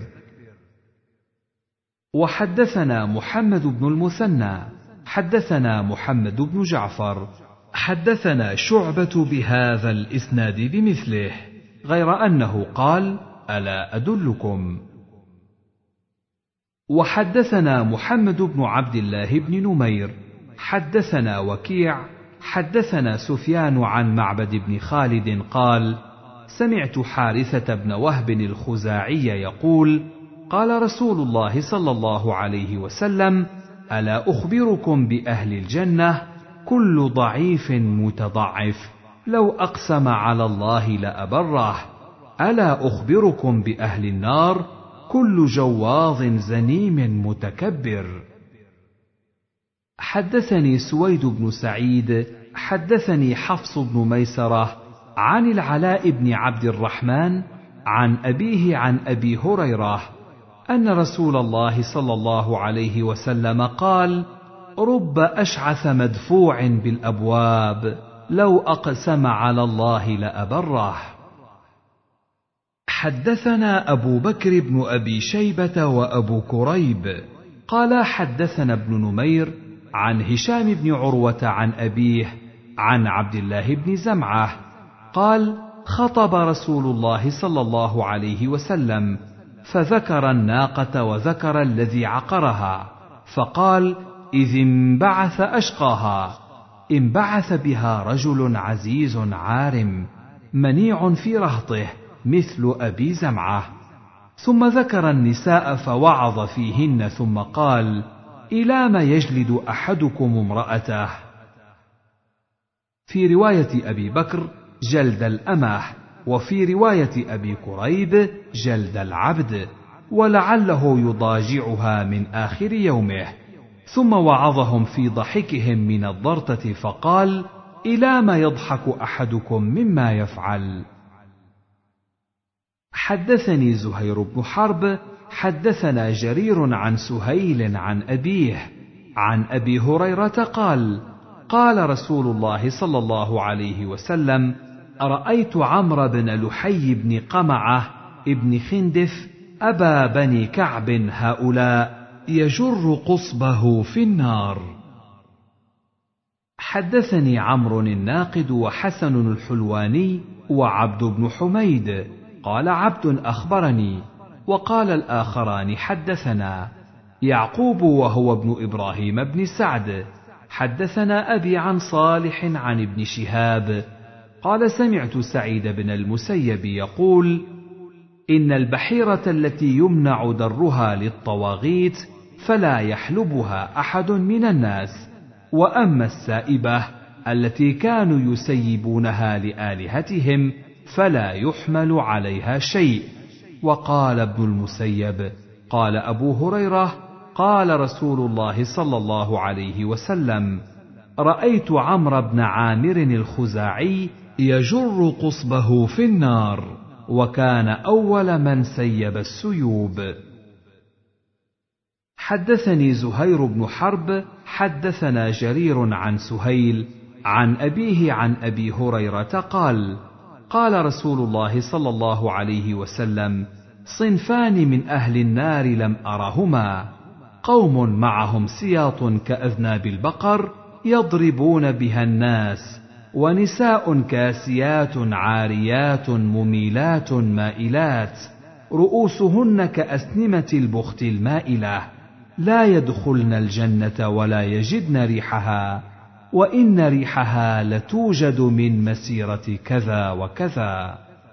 وحدثنا محمد بن المثنى حدثنا محمد بن جعفر حدثنا شعبة بهذا الإسناد بمثله، غير أنه قال: ألا أدلكم. وحدثنا محمد بن عبد الله بن نمير حدثنا وكيع حدثنا سفيان عن معبد بن خالد قال: سمعت حارثة بن وهب الخزاعي يقول: قال رسول الله صلى الله عليه وسلم: ألا أخبركم بأهل الجنة؟ كل ضعيف متضعف، لو أقسم على الله لأبره. ألا أخبركم بأهل النار؟ كل جواظ زنيم متكبر. حدثني سويد بن سعيد حدثني حفص بن ميسرة عن العلاء بن عبد الرحمن عن أبيه عن أبي هريرة أن رسول الله صلى الله عليه وسلم قال: رب أشعث مدفوع بالأبواب لو أقسم على الله لأبره. حدثنا أبو بكر بن أبي شيبة وأبو كريب قال حدثنا ابن نمير عن هشام بن عروة عن أبيه عن عبد الله بن زمعة قال خطب رسول الله صلى الله عليه وسلم فذكر الناقة وذكر الذي عقرها، فقال إذ انبعث أشقاها، انبعث بها رجل عزيز عارم منيع في رهطه مثل أبي زمعة. ثم ذكر النساء فوعظ فيهن، ثم قال إلى ما يجلد أحدكم امرأته. في رواية أبي بكر جلد الأمة، وفي رواية أبي كريب جلد العبد، ولعله يضاجعها من آخر يومه. ثم وعظهم في ضحكهم من الضرطة فقال إلى ما يضحك أحدكم مما يفعل. حدثني زهير بن حرب حدثنا جرير عن سهيل عن أبيه عن أبي هريرة قال قال رسول الله صلى الله عليه وسلم أرأيت عمرو بن لحي بن قمعة ابن خندف أبا بني كعب هؤلاء يجر قصبه في النار. حدثني عمرو الناقد وحسن الحلواني وعبد بن حميد قال عبد أخبرني، وقال الآخران حدثنا يعقوب وهو ابن إبراهيم بن سعد حدثنا أبي عن صالح عن ابن شهاب قال سمعت سعيد بن المسيب يقول إن البحيرة التي يمنع درها للطواغيت فلا يحلبها أحد من الناس، وأما السائبة التي كانوا يسيبونها لآلهتهم فلا يحمل عليها شيء. وقال ابن المسيب قال أبو هريرة قال رسول الله صلى الله عليه وسلم رأيت عمرو بن عامر الخزاعي يجر قصبه في النار، وكان أول من سيب السيوب. حدثني زهير بن حرب حدثنا جرير عن سهيل عن أبيه عن أبي هريرة قال قال رسول الله صلى الله عليه وسلم صنفان من أهل النار لم أرهما، قوم معهم سياط كأذناب البقر يضربون بها الناس، ونساء كاسيات عاريات مميلات مائلات رؤوسهن كأسنمة البخت المائلة، لا يدخلن الجنة ولا يجدن ريحها، وإن ريحها لتوجد من مسيرة كذا وكذا.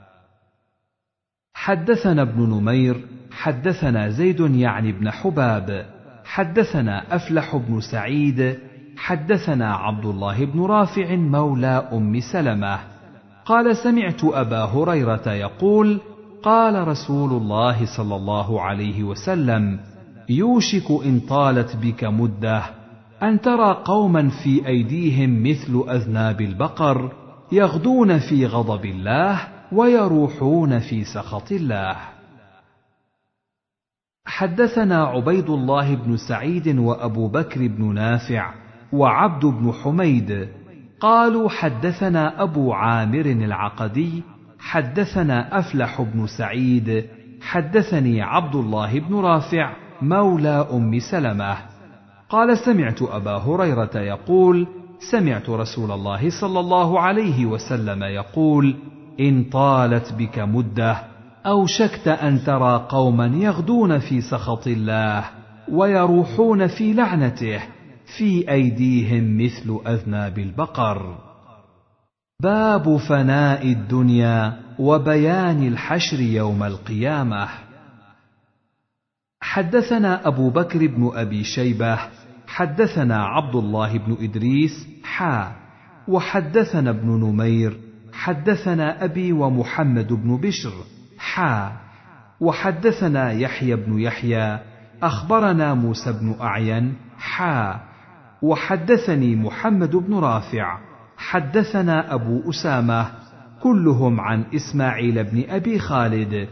حدثنا ابن نمير حدثنا زيد يعني بن حباب حدثنا أفلح بن سعيد حدثنا عبد الله بن رافع مولى أم سلمة قال سمعت أبا هريرة يقول قال رسول الله صلى الله عليه وسلم يوشك إن طالت بك مدة أن ترى قوما في أيديهم مثل أذناب البقر يغدون في غضب الله ويروحون في سخط الله. حدثنا عبيد الله بن سعيد وأبو بكر بن نافع وعبد بن حميد قالوا حدثنا أبو عامر العقدي حدثنا أفلح بن سعيد حدثني عبد الله بن رافع مولى أم سلمة قال سمعت أبا هريرة يقول سمعت رسول الله صلى الله عليه وسلم يقول إن طالت بك مدة أوشكت أن ترى قوما يغدون في سخط الله ويروحون في لعنته في أيديهم مثل أذناب البقر. باب فناء الدنيا وبيان الحشر يوم القيامة. حدثنا أبو بكر بن أبي شيبة حدثنا عبد الله بن إدريس وحدثنا ابن نمير حدثنا أبي ومحمد بن بشر وحدثنا يحيى بن يحيى أخبرنا موسى بن أعين وحدثني محمد بن رافع حدثنا أبو أسامة كلهم عن إسماعيل بن أبي خالد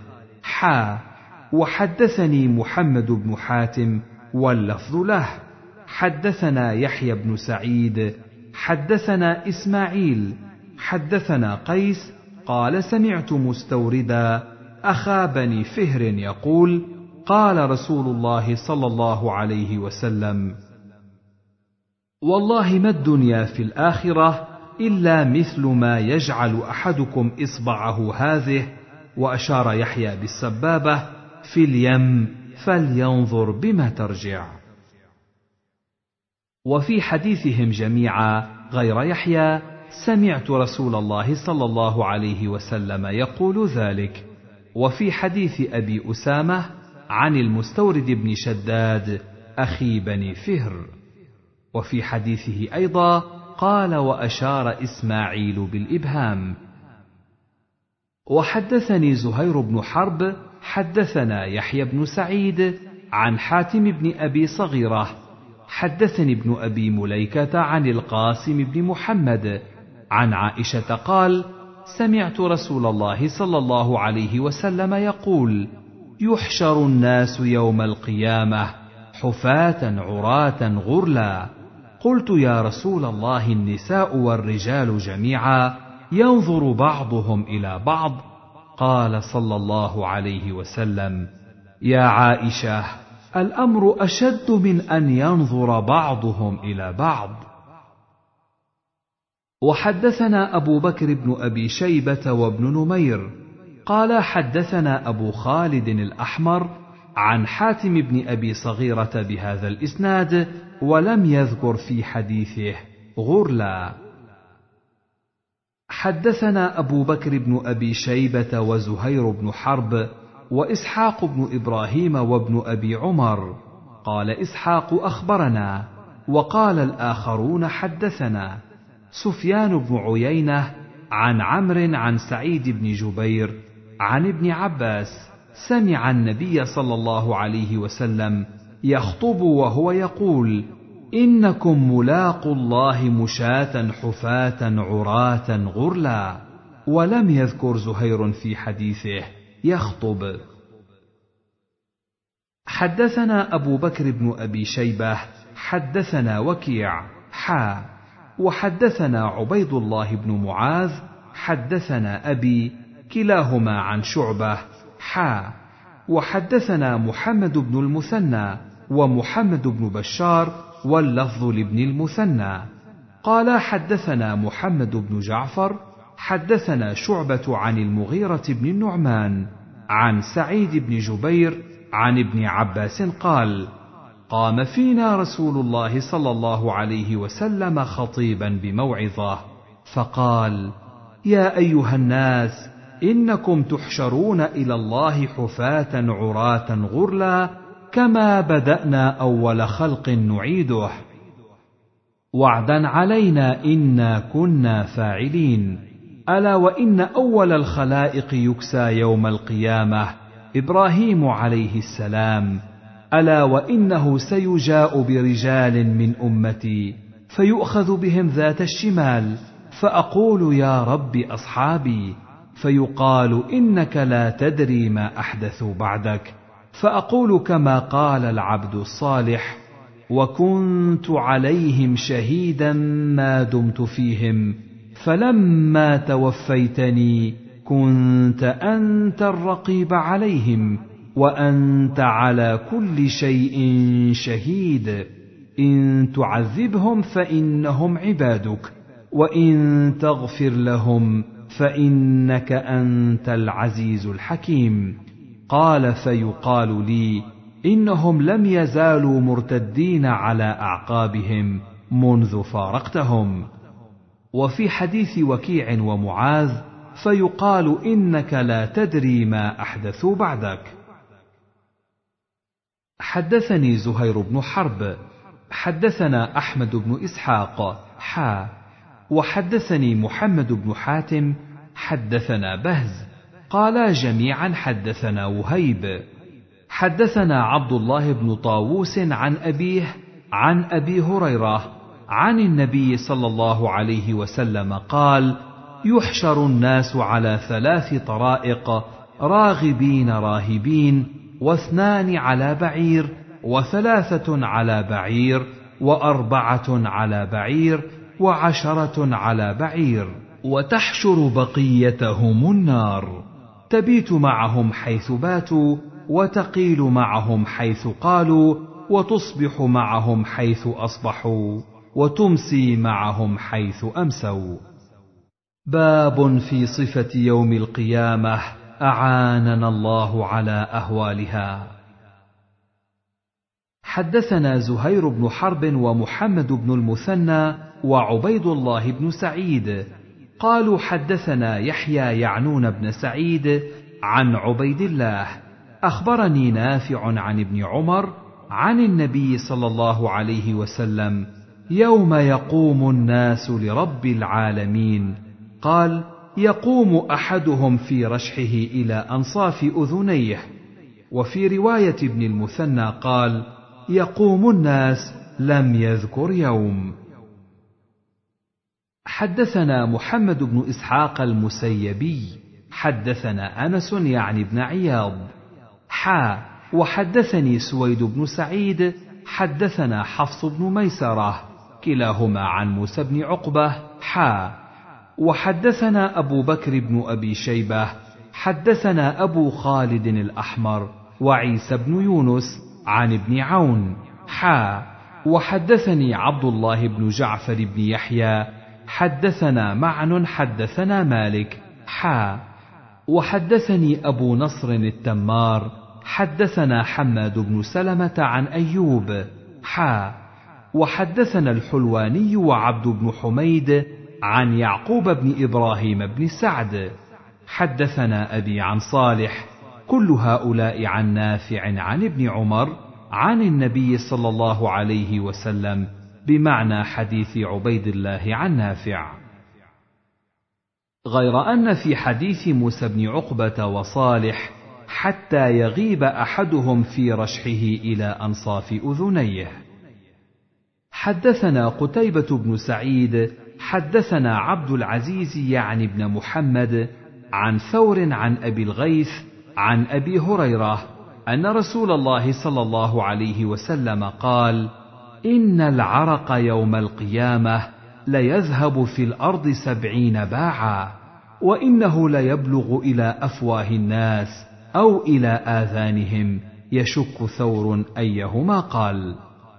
وحدثني محمد بن حاتم واللفظ له حدثنا يحيى بن سعيد حدثنا إسماعيل حدثنا قيس قال سمعت مستوردا أخا بني فهر يقول قال رسول الله صلى الله عليه وسلم والله ما الدنيا في الآخرة إلا مثل ما يجعل أحدكم إصبعه هذه، وأشار يحيى بالسبابة، في اليم فلينظر بما ترجع. وفي حديثهم جميعا غير يحيى سمعت رسول الله صلى الله عليه وسلم يقول ذلك. وفي حديث أبي أسامة عن المستورد بن شداد أخي بني فهر. وفي حديثه أيضا قال وأشار إسماعيل بالإبهام. وحدثني زهير بن حرب حدثنا يحيى بن سعيد عن حاتم بن أبي صغيرة حدثني ابن أبي مليكة عن القاسم بن محمد عن عائشة قال سمعت رسول الله صلى الله عليه وسلم يقول يحشر الناس يوم القيامة حفاة عراة غرلا. قلت يا رسول الله النساء والرجال جميعا ينظر بعضهم إلى بعض؟ قال صلى الله عليه وسلم يا عائشة الأمر أشد من أن ينظر بعضهم إلى بعض. وحدثنا أبو بكر بن أبي شيبة وابن نمير قال حدثنا أبو خالد الأحمر عن حاتم بن أبي صغيرة بهذا الإسناد ولم يذكر في حديثه غرلا. حدثنا أبو بكر بن أبي شيبة وزهير بن حرب وإسحاق بن إبراهيم وابن أبي عمر. قال إسحاق أخبرنا، وقال الآخرون حدثنا. سفيان بن عيينة عن عمرو عن سعيد بن جبير عن ابن عباس سمع النبي صلى الله عليه وسلم يخطب وهو يقول إنكم ملاقوا الله مشاة حفاة عراة غرلا. ولم يذكر زهير في حديثه يخطب. حدثنا أبو بكر بن أبي شيبة حدثنا وكيع وحدثنا عبيد الله بن معاذ حدثنا أبي كلاهما عن شعبة وحدثنا محمد بن المثنى ومحمد بن بشار واللفظ لابن المثنى قال حدثنا محمد بن جعفر حدثنا شعبة عن المغيرة بن النعمان عن سعيد بن جبير عن ابن عباس قال قام فينا رسول الله صلى الله عليه وسلم خطيبا بموعظة فقال يا أيها الناس إنكم تحشرون إلى الله حفاة عراة غرلا كما بدأنا أول خلق نعيده وعدا علينا إنا كنا فاعلين. ألا وإن أول الخلائق يكسى يوم القيامة إبراهيم عليه السلام. ألا وإنه سيجاء برجال من أمتي فيؤخذ بهم ذات الشمال فأقول يا رب أصحابي، فيقال إنك لا تدري ما أحدثوا بعدك، فأقول كما قال العبد الصالح وكنت عليهم شهيدا ما دمت فيهم فلما توفيتني كنت أنت الرقيب عليهم وأنت على كل شيء شهيد. إن تعذبهم فإنهم عبادك وإن تغفر لهم فإنك أنت العزيز الحكيم. قال فيقال لي إنهم لم يزالوا مرتدين على أعقابهم منذ فارقتهم. وفي حديث وكيع ومعاذ فيقال إنك لا تدري ما أحدثوا بعدك. حدثني زهير بن حرب حدثنا أحمد بن إسحاق وحدثني محمد بن حاتم حدثنا بهز قالا جميعا حدثنا وهيب. حدثنا عبد الله بن طاووس عن أبيه عن أبي هريرة عن النبي صلى الله عليه وسلم قال يحشر الناس على 3 طرائق راغبين راهبين 2 على بعير 3 على بعير 4 على بعير و10 على بعير، وتحشر بقيتهم النار، تبيت معهم حيث باتوا، وتقيل معهم حيث قالوا، وتصبح معهم حيث أصبحوا، وتمسي معهم حيث أمسوا. باب في صفة يوم القيامة، أعاننا الله على أهوالها. حدثنا زهير بن حرب ومحمد بن المثنى وعبيد الله بن سعيد قالوا حدثنا يحيى يعنون بن سعيد عن عبيد الله أخبرني نافع عن ابن عمر عن النبي صلى الله عليه وسلم يوم يقوم الناس لرب العالمين قال: يقوم أحدهم في رشحه إلى أنصاف أذنيه. وفي رواية ابن المثنى قال: يقوم الناس، لم يذكر يوم. حدثنا محمد بن إسحاق المسيبي حدثنا أنس يعني بن عياض وحدثني سويد بن سعيد حدثنا حفص بن ميسرة كلاهما عن موسى بن عقبة وحدثنا أبو بكر بن أبي شيبة حدثنا أبو خالد الأحمر وعيسى بن يونس عن ابن عون وحدثني عبد الله بن جعفر بن يحيى حدثنا معن حدثنا مالك وحدثني أبو نصر التمار حدثنا حماد بن سلمة عن أيوب وحدثنا الحلواني وعبد بن حميد عن يعقوب بن إبراهيم بن سعد حدثنا أبي عن صالح كل هؤلاء عن نافع عن ابن عمر عن النبي صلى الله عليه وسلم بمعنى حديث عبيد الله عن نافع، غير أن في حديث موسى بن عقبة وصالح حتى يغيب أحدهم في رشحه إلى أنصاف أذنيه. حدثنا قتيبة بن سعيد حدثنا عبد العزيز يعني بن محمد عن ثور عن أبي الغيث عن أبي هريرة أن رسول الله صلى الله عليه وسلم قال: إن العرق يوم القيامة ليذهب في الأرض 70 باعا، وإنه ليبلغ إلى أفواه الناس أو إلى آذانهم، يشك ثور أيهما قال.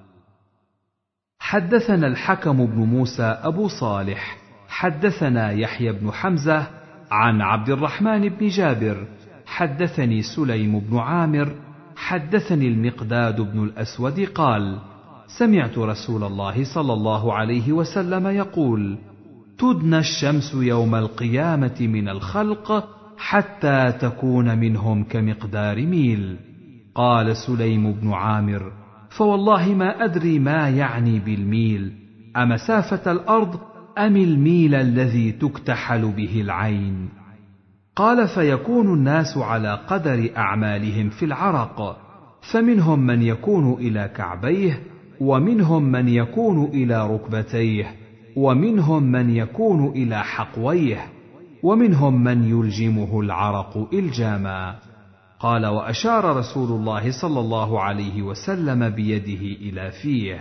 حدثنا الحكم بن موسى أبو صالح حدثنا يحيى بن حمزة عن عبد الرحمن بن جابر حدثني سليم بن عامر حدثني المقداد بن الأسود قال: سمعت رسول الله صلى الله عليه وسلم يقول: تدنى الشمس يوم القيامة من الخلق حتى تكون منهم كمقدار ميل. قال سليم بن عامر: فوالله ما أدري ما يعني بالميل، أمسافة الأرض أم الميل الذي تكتحل به العين؟ قال: فيكون الناس على قدر أعمالهم في العرق، فمنهم من يكون إلى كعبيه، ومنهم من يكون إلى ركبتيه، ومنهم من يكون إلى حقويه، ومنهم من يلجمه العرق إلجاما. قال: وأشار رسول الله صلى الله عليه وسلم بيده إلى فيه.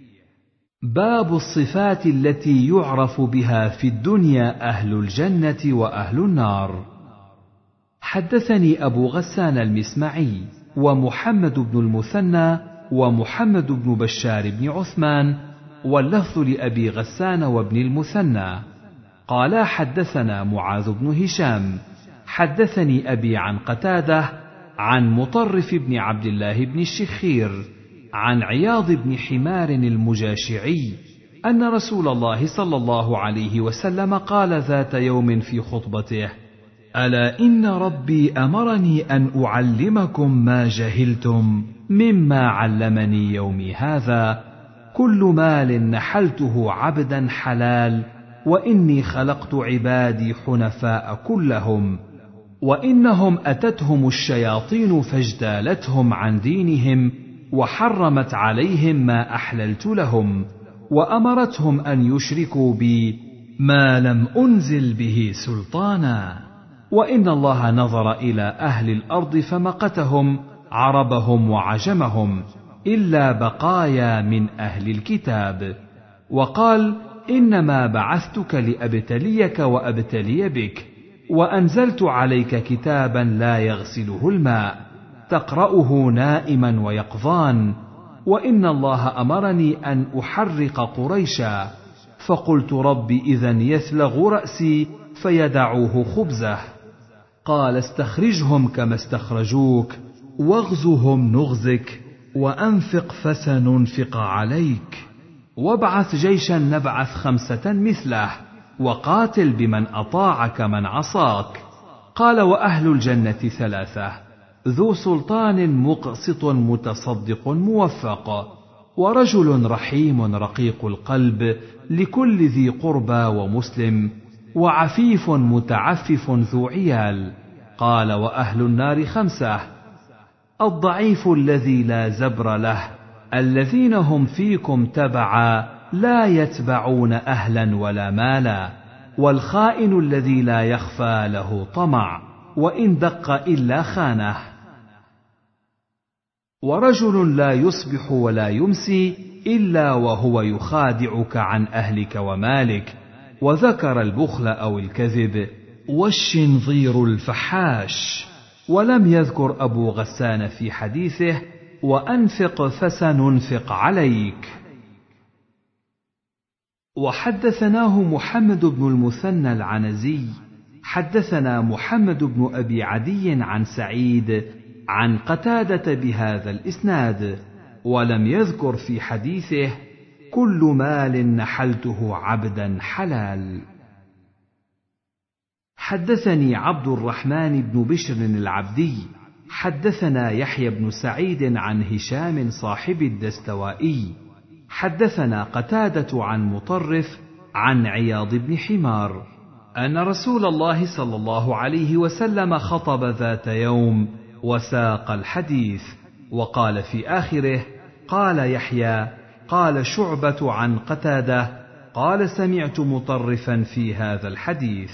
باب الصفات التي يعرف بها في الدنيا أهل الجنة وأهل النار. حدثني أبو غسان المسمعي ومحمد بن المثنى ومحمد بن بشار بن عثمان، واللفظ لأبي غسان وابن المثنى قالا: حدثنا معاذ بن هشام حدثني أبي عن قتادة عن مطرف بن عبد الله بن الشخير عن عياض بن حمار المجاشعي أن رسول الله صلى الله عليه وسلم قال ذات يوم في خطبته: ألا إن ربي أمرني أن أعلمكم ما جهلتم مما علمني يومي هذا، كل مال نحلته عبدا حلال، وإني خلقت عبادي حنفاء كلهم، وإنهم أتتهم الشياطين فاجتالتهم عن دينهم، وحرمت عليهم ما أحللت لهم، وأمرتهم أن يشركوا بي ما لم أنزل به سلطانا، وإن الله نظر إلى أهل الأرض فمقتهم عربهم وعجمهم إلا بقايا من أهل الكتاب، وقال: إنما بعثتك لأبتليك وأبتلي بك، وأنزلت عليك كتابا لا يغسله الماء، تقرأه نائما ويقظان، وإن الله أمرني أن أحرق قريشا، فقلت رب إذن يثلغ رأسي فيدعوه خبزه. قال استخرجهم كما استخرجوك، واغزهم نغزك، وأنفق فسننفق عليك، وابعث جيشا نبعث 5 مثله، وقاتل بمن أطاعك من عصاك. قال وأهل الجنة 3: ذو سلطان مقسط متصدق موفق، ورجل رحيم رقيق القلب لكل ذي قربى ومسلم، وعفيف متعفف ذو عيال. قال وأهل النار 5: الضعيف الذي لا زبر له، الذين هم فيكم تبعا لا يتبعون أهلا ولا مالا، والخائن الذي لا يخفى له طمع، وإن دق إلا خانه، ورجل لا يصبح ولا يمسي إلا وهو يخادعك عن أهلك ومالك، وذكر البخل أو الكذب، والشنظير الفحاش. ولم يذكر أبو غسان في حديثه: وأنفق فسننفق عليك. وحدثناه محمد بن المثنى العنزي حدثنا محمد بن أبي عدي عن سعيد عن قتادة بهذا الإسناد، ولم يذكر في حديثه: كل مال نحلته عبدا حلال. حدثني عبد الرحمن بن بشر العبدي حدثنا يحيى بن سعيد عن هشام صاحب الدستوائي حدثنا قتادة عن مطرف عن عياض بن حمار أن رسول الله صلى الله عليه وسلم خطب ذات يوم وساق الحديث، وقال في آخره: قال يحيى قال شعبة عن قتادة قال سمعت مطرفا في هذا الحديث.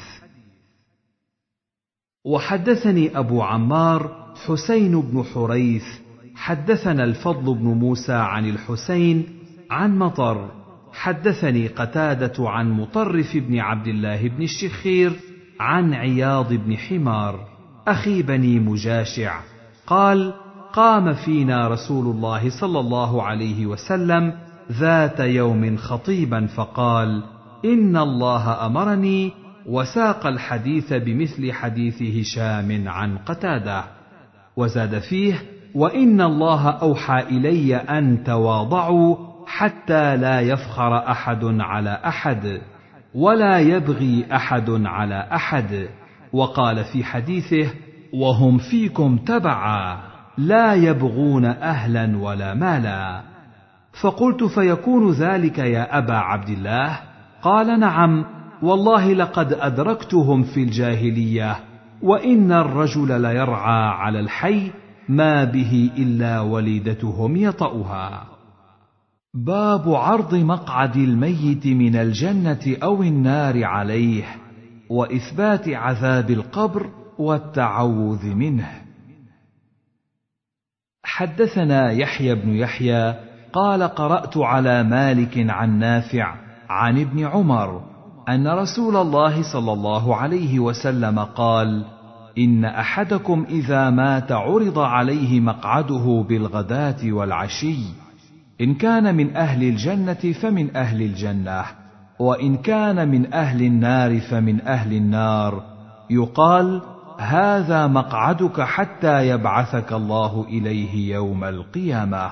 وحدثني أبو عمار حسين بن حريث حدثنا الفضل بن موسى عن الحسين عن مطر حدثني قتادة عن مطرف بن عبد الله بن الشخير عن عياض بن حمار أخي بني مجاشع قال: قام فينا رسول الله صلى الله عليه وسلم ذات يوم خطيبا فقال: إن الله أمرني، وساق الحديث بمثل حديث هشام عن قتادة، وزاد فيه: وإن الله أوحى إلي أن تواضعوا حتى لا يفخر أحد على أحد ولا يبغي أحد على أحد. وقال في حديثه: وهم فيكم تبعا لا يبغون أهلا ولا مالا. فقلت: فيكون ذلك يا أبا عبد الله؟ قال: نعم، والله لقد أدركتهم في الجاهلية، وإن الرجل ليرعى على الحي ما به إلا وليدتهم يطأها. باب عرض مقعد الميت من الجنة أو النار عليه، وإثبات عذاب القبر والتعوذ منه. حدثنا يحيى بن يحيى قال: قرأت على مالك عن نافع عن ابن عمر أن رسول الله صلى الله عليه وسلم قال: إن أحدكم إذا مات عرض عليه مقعده بالغداة والعشي، إن كان من أهل الجنة فمن أهل الجنة، وإن كان من أهل النار فمن أهل النار، يقال: هذا مقعدك حتى يبعثك الله إليه يوم القيامة.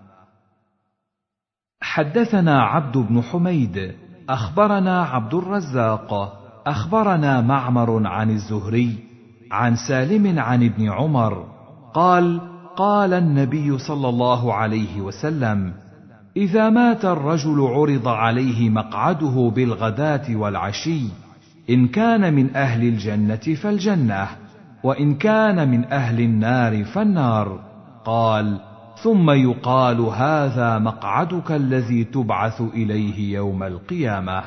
حدثنا عبد بن حميد أخبرنا عبد الرزاق أخبرنا معمر عن الزهري عن سالم عن ابن عمر قال: قال النبي صلى الله عليه وسلم: إذا مات الرجل عرض عليه مقعده بالغداة والعشي، إن كان من أهل الجنة فالجنة، وإن كان من أهل النار فالنار. قال: ثم يقال: هذا مقعدك الذي تبعث إليه يوم القيامة.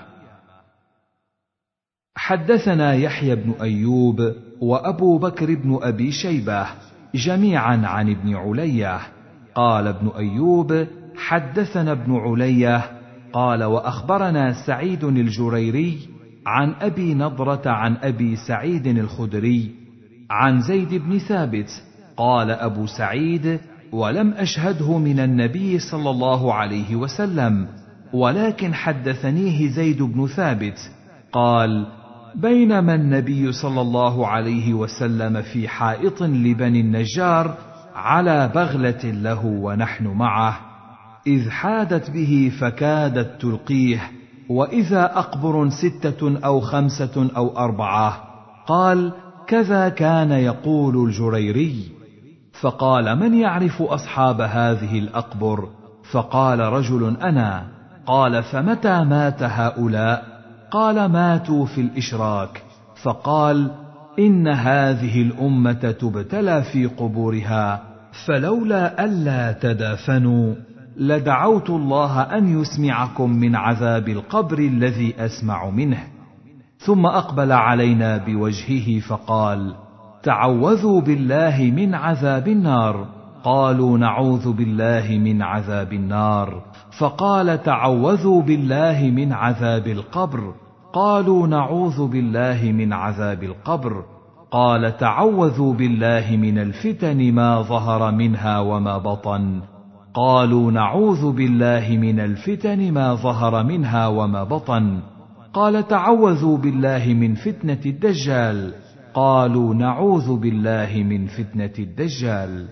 حدثنا يحيى بن أيوب وأبو بكر بن أبي شيبة جميعا عن ابن علية قال ابن أيوب: حدثنا ابن علية قال: وأخبرنا سعيد الجريري عن أبي نضرة عن أبي سعيد الخدري عن زيد بن ثابت قال أبو سعيد: ولم أشهده من النبي صلى الله عليه وسلم، ولكن حدثنيه زيد بن ثابت قال: بينما النبي صلى الله عليه وسلم في حائط لبني النجار على بغلة له ونحن معه، إذ حادت به فكادت تلقيه، وإذا أقبر 6 أو 5 أو 4. قال: كذا كان يقول الجريري. فقال: من يعرف أصحاب هذه الأقبر؟ فقال رجل: أنا. قال: فمتى مات هؤلاء؟ قال: ماتوا في الإشراك. فقال: إن هذه الأمة تبتلى في قبورها، فلولا ألا تدافنوا لدعوت الله أن يسمعكم من عذاب القبر الذي أسمع منه. ثم أقبل علينا بوجهه فقال: تعوذوا بالله من عذاب النار. قالوا: نعوذ بالله من عذاب النار. فقال: تعوذوا بالله من عذاب القبر. قالوا: نعوذ بالله من عذاب القبر. قال: تعوذوا بالله من الفتن ما ظهر منها وما بطن. قالوا: نعوذ بالله من الفتن ما ظهر منها وما بطن. قال: تعوذوا بالله من فتنة الدجال. قالوا: نعوذ بالله من فتنة الدجال.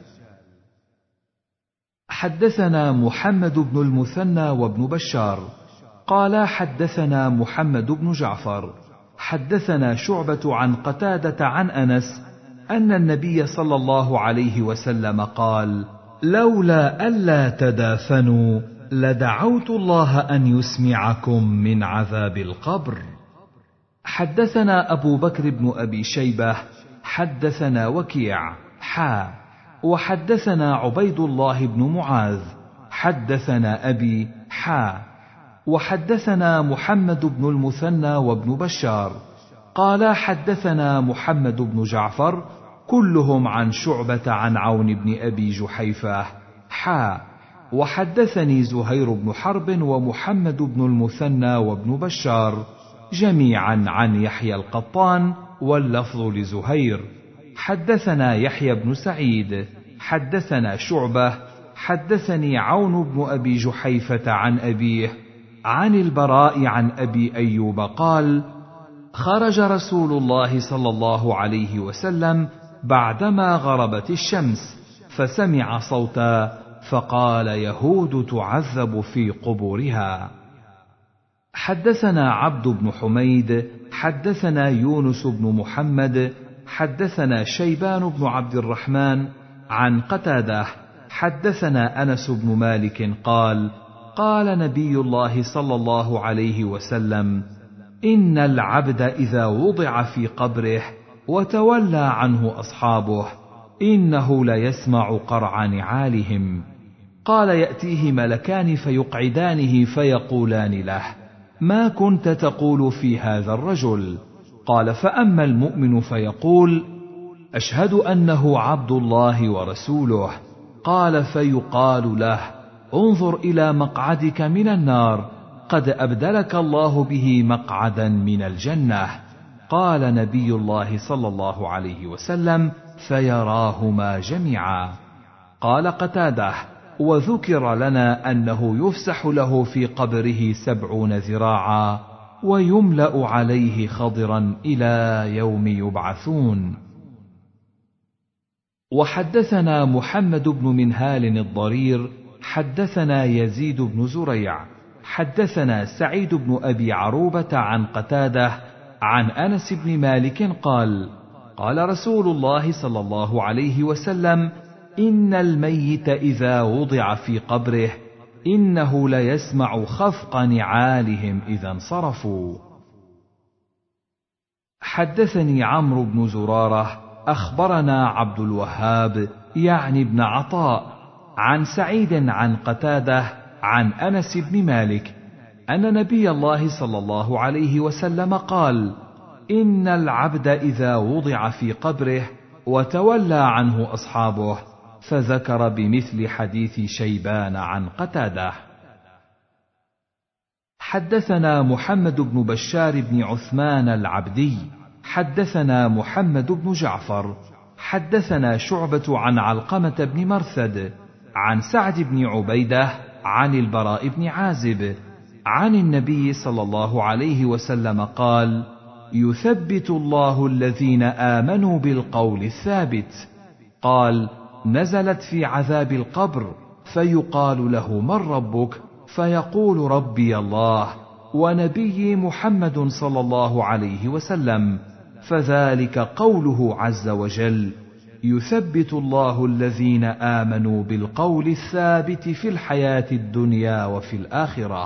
حدثنا محمد بن المثنى وابن بشار قال: حدثنا محمد بن جعفر حدثنا شعبة عن قتادة عن أنس أن النبي صلى الله عليه وسلم قال: لولا ألا تدافنوا لدعوت الله أن يسمعكم من عذاب القبر. حدثنا أبو بكر بن أبي شيبة حدثنا وكيع وحدثنا عبيد الله بن معاذ حدثنا أبي وحدثنا محمد بن المثنى وابن بشار قال: حدثنا محمد بن جعفر كلهم عن شعبة عن عون بن أبي جحيفة وحدثني زهير بن حرب ومحمد بن المثنى وابن بشار جميعا عن يحيى القطان، واللفظ لزهير. حدثنا يحيى بن سعيد حدثنا شعبة حدثني عون بن أبي جحيفة عن أبيه عن البراء عن أبي أيوب قال: خرج رسول الله صلى الله عليه وسلم بعدما غربت الشمس، فسمع صوتا فقال: يهود تعذب في قبورها. حدثنا عبد بن حميد حدثنا يونس بن محمد حدثنا شيبان بن عبد الرحمن عن قتادة حدثنا أنس بن مالك قال: قال نبي الله صلى الله عليه وسلم: إن العبد إذا وضع في قبره وتولى عنه أصحابه إنه ليسمع قرع نعالهم. قال: يأتيه ملكان فيقعدانه فيقولان له: ما كنت تقول في هذا الرجل؟ قال: فأما المؤمن فيقول: أشهد أنه عبد الله ورسوله. قال: فيقال له: انظر إلى مقعدك من النار، قد أبدلك الله به مقعدا من الجنة. قال نبي الله صلى الله عليه وسلم: فيراهما جميعا. قال قتادة: وذكر لنا أنه يفسح له في قبره 70 ذراعا ويملأ عليه خضرا إلى يوم يبعثون. وحدثنا محمد بن منهال الضرير حدثنا يزيد بن زريع حدثنا سعيد بن أبي عروبة عن قتادة عن أنس بن مالك قال: قال رسول الله صلى الله عليه وسلم: إن الميت إذا وضع في قبره إنه ليسمع خفق نعالهم إذا انصرفوا. حدثني عمرو بن زرارة أخبرنا عبد الوهاب يعني بن عطاء عن سعيد عن قتادة عن أنس بن مالك أن نبي الله صلى الله عليه وسلم قال: إن العبد إذا وضع في قبره وتولى عنه أصحابه، فذكر بمثل حديث شيبان عن قتادة. حدثنا محمد بن بشار بن عثمان العبدي حدثنا محمد بن جعفر حدثنا شعبة عن علقمة بن مرثد عن سعد بن عبيدة عن البراء بن عازب عن النبي صلى الله عليه وسلم قال: يثبت الله الذين آمنوا بالقول الثابت. قال: نزلت في عذاب القبر، فيقال له: من ربك؟ فيقول: ربي الله ونبيي محمد صلى الله عليه وسلم. فذلك قوله عز وجل: يثبت الله الذين آمنوا بالقول الثابت في الحياة الدنيا وفي الآخرة.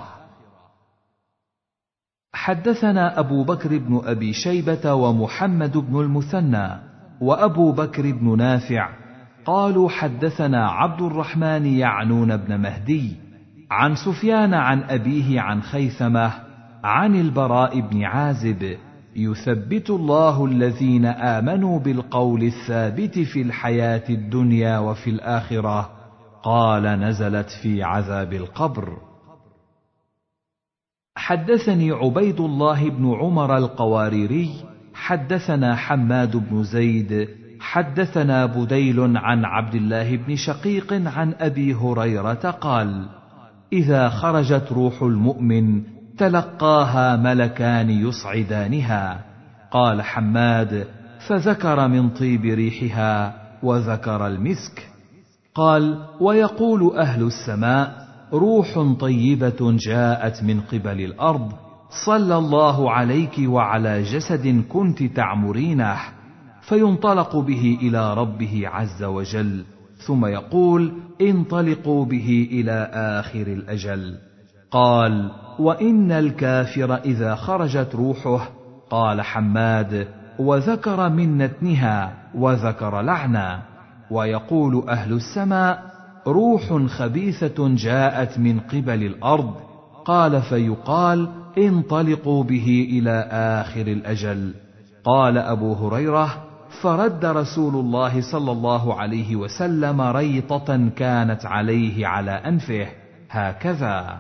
حدثنا أبو بكر بن أبي شيبة ومحمد بن المثنى وأبو بكر بن نافع قالوا: حدثنا عبد الرحمن يعنون بن مهدي عن سفيان عن أبيه عن خيثمة عن البراء بن عازب: يثبت الله الذين آمنوا بالقول الثابت في الحياة الدنيا وفي الآخرة. قال: نزلت في عذاب القبر. حدثني عبيد الله بن عمر القواريري حدثنا حماد بن زيد حدثنا بديل عن عبد الله بن شقيق عن أبي هريرة قال: إذا خرجت روح المؤمن تلقاها ملكان يصعدانها. قال حماد: فذكر من طيب ريحها وذكر المسك. قال: ويقول أهل السماء: روح طيبة جاءت من قبل الأرض، صلى الله عليك وعلى جسد كنت تعمرينه. فينطلق به إلى ربه عز وجل، ثم يقول: انطلقوا به إلى آخر الأجل. قال: وإن الكافر إذا خرجت روحه. قال حماد: وذكر من نتنها وذكر لعنا. ويقول أهل السماء: روح خبيثة جاءت من قبل الأرض. قال: فيقال: انطلقوا به إلى آخر الأجل. قال أبو هريرة: فرد رسول الله صلى الله عليه وسلم ريطة كانت عليه على أنفه هكذا.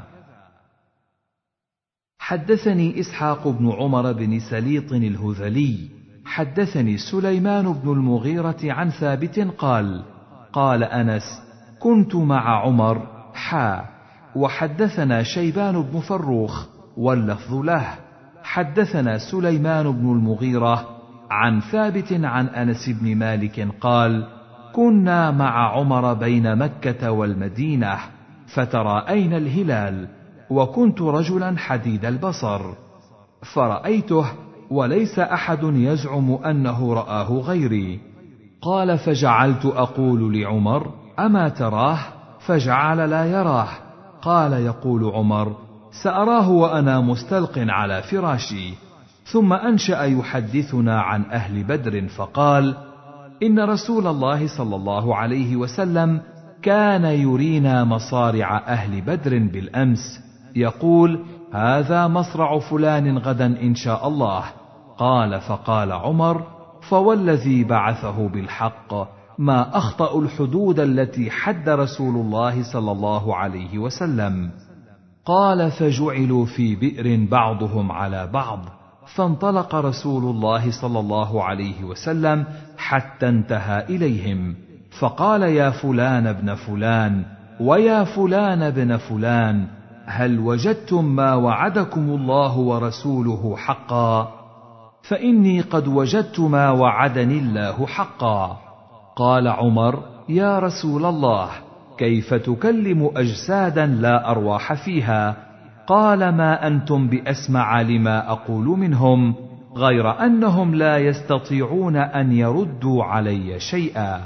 حدثني إسحاق بن عمر بن سليط الهذلي حدثني سليمان بن المغيرة عن ثابت قال: قال أنس: كنت مع عمر وحدثنا شيبان بن فروخ واللفظ له. حدثنا سليمان بن المغيرة عن ثابت عن أنس بن مالك قال: كنا مع عمر بين مكة والمدينة فتراءينا الهلال، وكنت رجلا حديد البصر، فرأيته وليس أحد يزعم أنه رآه غيري. قال: فجعلت أقول لعمر: أما تراه؟ فجعل لا يراه. قال: يقول عمر: سأراه وأنا مستلق على فراشي. ثم أنشأ يحدثنا عن أهل بدر فقال: إن رسول الله صلى الله عليه وسلم كان يرينا مصارع أهل بدر بالأمس، يقول: هذا مصرع فلان غدا إن شاء الله. قال: فقال عمر: فوالذي بعثه بالحق ما أخطأ الحدود التي حد رسول الله صلى الله عليه وسلم. قال: فجعلوا في بئر بعضهم على بعض، فانطلق رسول الله صلى الله عليه وسلم حتى انتهى إليهم، فقال: يا فلان ابن فلان ويا فلان ابن فلان، هل وجدتم ما وعدكم الله ورسوله حقا؟ فإني قد وجدت ما وعدني الله حقا. قال عمر: يا رسول الله، كيف تكلم أجسادا لا أرواح فيها؟ قال: ما أنتم بأسمع لما أقول منهم، غير أنهم لا يستطيعون أن يردوا علي شيئا.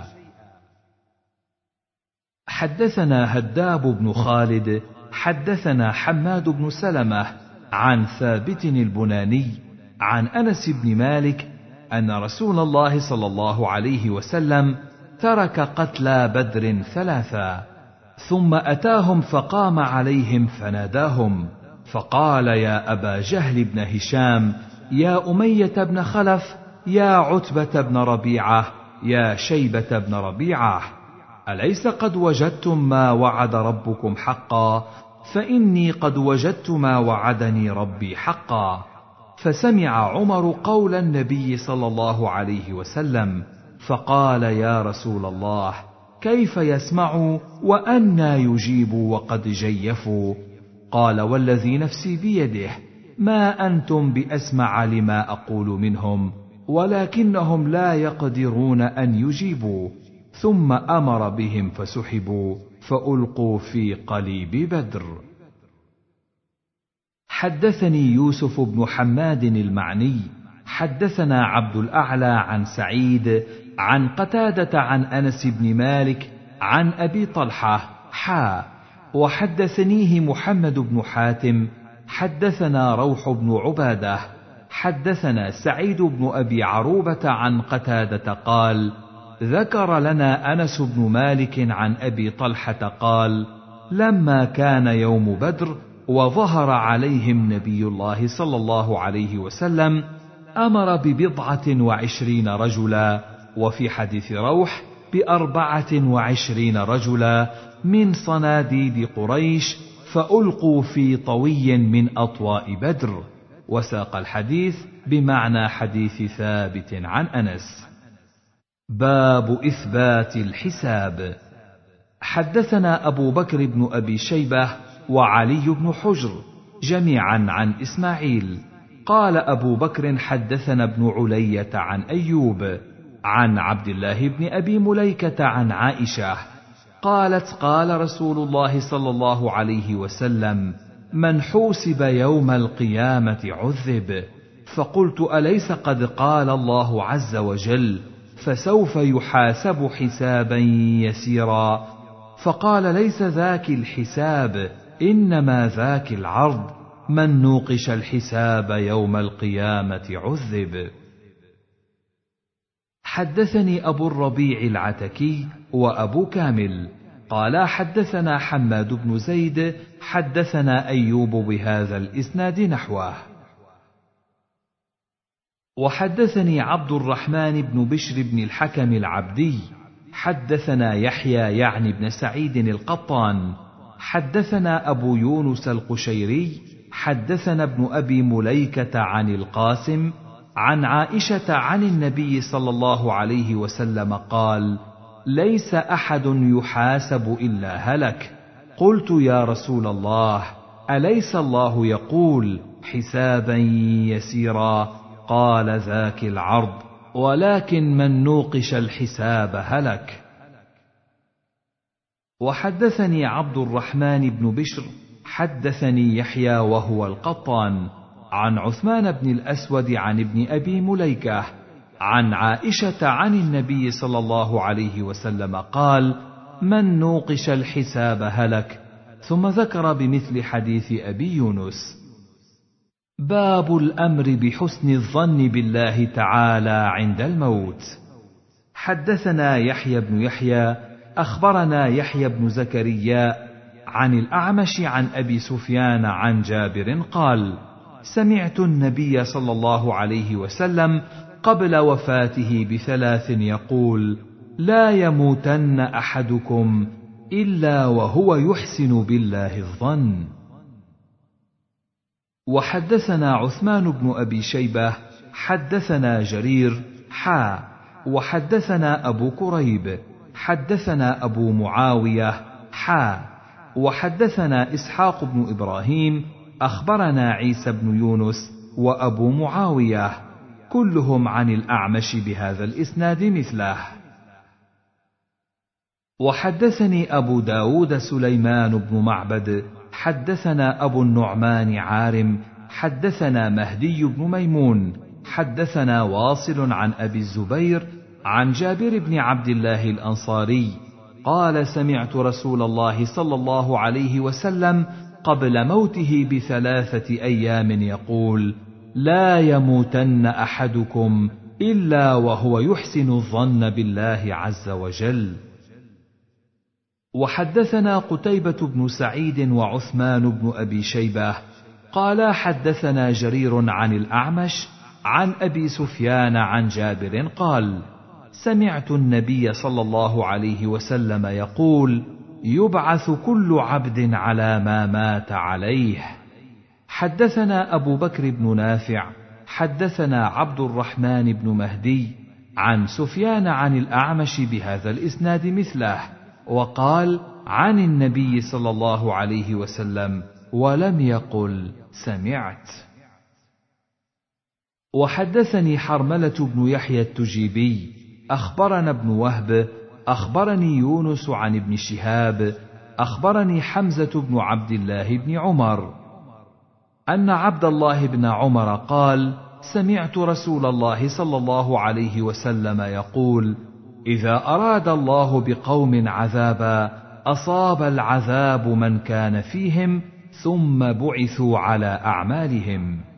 حدثنا هداب بن خالد حدثنا حماد بن سلمة عن ثابت البناني عن أنس بن مالك أن رسول الله صلى الله عليه وسلم ترك قتلى بدر 3، ثم أتاهم فقام عليهم فناداهم فقال: يا أبا جهل بن هشام، يا أمية بن خلف، يا عتبة بن ربيعة، يا شيبة بن ربيعة، أليس قد وجدتم ما وعد ربكم حقا؟ فإني قد وجدت ما وعدني ربي حقا. فسمع عمر قول النبي صلى الله عليه وسلم، فقال: يا رسول الله، كيف يسمعوا وأنى يجيبوا وقد جيفوا؟ قال: والذي نفسي بيده، ما أنتم بأسمع لما أقول منهم، ولكنهم لا يقدرون أن يجيبوا. ثم أمر بهم فسحبوا فألقوا في قليب بدر. حدثني يوسف بن حماد المعني حدثنا عبد الأعلى عن سعيد عن قتادة عن أنس بن مالك عن أبي طلحة وحدثنيه محمد بن حاتم حدثنا روح بن عبادة حدثنا سعيد بن أبي عروبة عن قتادة قال: ذكر لنا أنس بن مالك عن أبي طلحة قال: لما كان يوم بدر وظهر عليهم نبي الله صلى الله عليه وسلم أمر ب20 رجلا، وفي حديث روح ب24 رجلا من صناديد قريش، فألقوا في طوي من أطواء بدر. وساق الحديث بمعنى حديث ثابت عن أنس. باب إثبات الحساب. حدثنا أبو بكر بن أبي شيبة وعلي بن حجر جميعا عن إسماعيل قال أبو بكر: حدثنا ابن علية عن أيوب عن عبد الله بن أبي مليكة عن عائشة قالت: قال رسول الله صلى الله عليه وسلم: من حوسب يوم القيامة عذب. فقلت: أليس قد قال الله عز وجل: فسوف يحاسب حسابا يسيرا؟ فقال: ليس ذاك الحساب، إنما ذاك العرض، من نوقش الحساب يوم القيامة عذب. حدثني أبو الربيع العتكي وأبو كامل قال: حدثنا حماد بن زيد حدثنا أيوب بهذا الإسناد نحوه. وحدثني عبد الرحمن بن بشر بن الحكم العبدي حدثنا يحيى يعني بن سعيد القطان حدثنا أبو يونس القشيري حدثنا ابن أبي مليكة عن القاسم عن عائشة عن النبي صلى الله عليه وسلم قال: ليس أحد يحاسب إلا هلك. قلت: يا رسول الله، أليس الله يقول: حسابا يسيرا؟ قال: ذاك العرض، ولكن من نوقش الحساب هلك. وحدثني عبد الرحمن بن بشر حدثني يحيى وهو القطان عن عثمان بن الأسود عن ابن أبي مليكة عن عائشة عن النبي صلى الله عليه وسلم قال: من نوقش الحساب هلك. ثم ذكر بمثل حديث أبي يونس. باب الأمر بحسن الظن بالله تعالى عند الموت. حدثنا يحيى بن يحيى أخبرنا يحيى بن زكريا عن الأعمش عن أبي سفيان عن جابر قال: سمعت النبي صلى الله عليه وسلم قبل وفاته ب3 يقول: لا يموتن أحدكم إلا وهو يحسن بالله الظن. وحدثنا عثمان بن أبي شيبة حدثنا جرير وحدثنا أبو كريب حدثنا أبو معاوية وحدثنا إسحاق بن إبراهيم أخبرنا عيسى بن يونس وأبو معاوية كلهم عن الأعمش بهذا الإسناد مثله. وحدثني أبو داود سليمان بن معبد حدثنا أبو النعمان عارم حدثنا مهدي بن ميمون حدثنا واصل عن أبي الزبير عن جابر بن عبد الله الأنصاري قال: سمعت رسول الله صلى الله عليه وسلم قبل موته ب3 أيام يقول: لا يموتن أحدكم إلا وهو يحسن الظن بالله عز وجل. وحدثنا قتيبة بن سعيد وعثمان بن أبي شيبة قال: حدثنا جرير عن الأعمش عن أبي سفيان عن جابر قال: سمعت النبي صلى الله عليه وسلم يقول: يبعث كل عبد على ما مات عليه. حدثنا أبو بكر بن نافع حدثنا عبد الرحمن بن مهدي عن سفيان عن الأعمش بهذا الإسناد مثله، وقال عن النبي صلى الله عليه وسلم، ولم يقل سمعت. وحدثني حرملة بن يحيى التجيبي أخبرنا ابن وهب أخبرني يونس عن ابن شهاب أخبرني حمزة بن عبد الله بن عمر أن عبد الله بن عمر قال: سمعت رسول الله صلى الله عليه وسلم يقول: إذا أراد الله بقوم عذابا أصاب العذاب من كان فيهم ثم بعثوا على أعمالهم.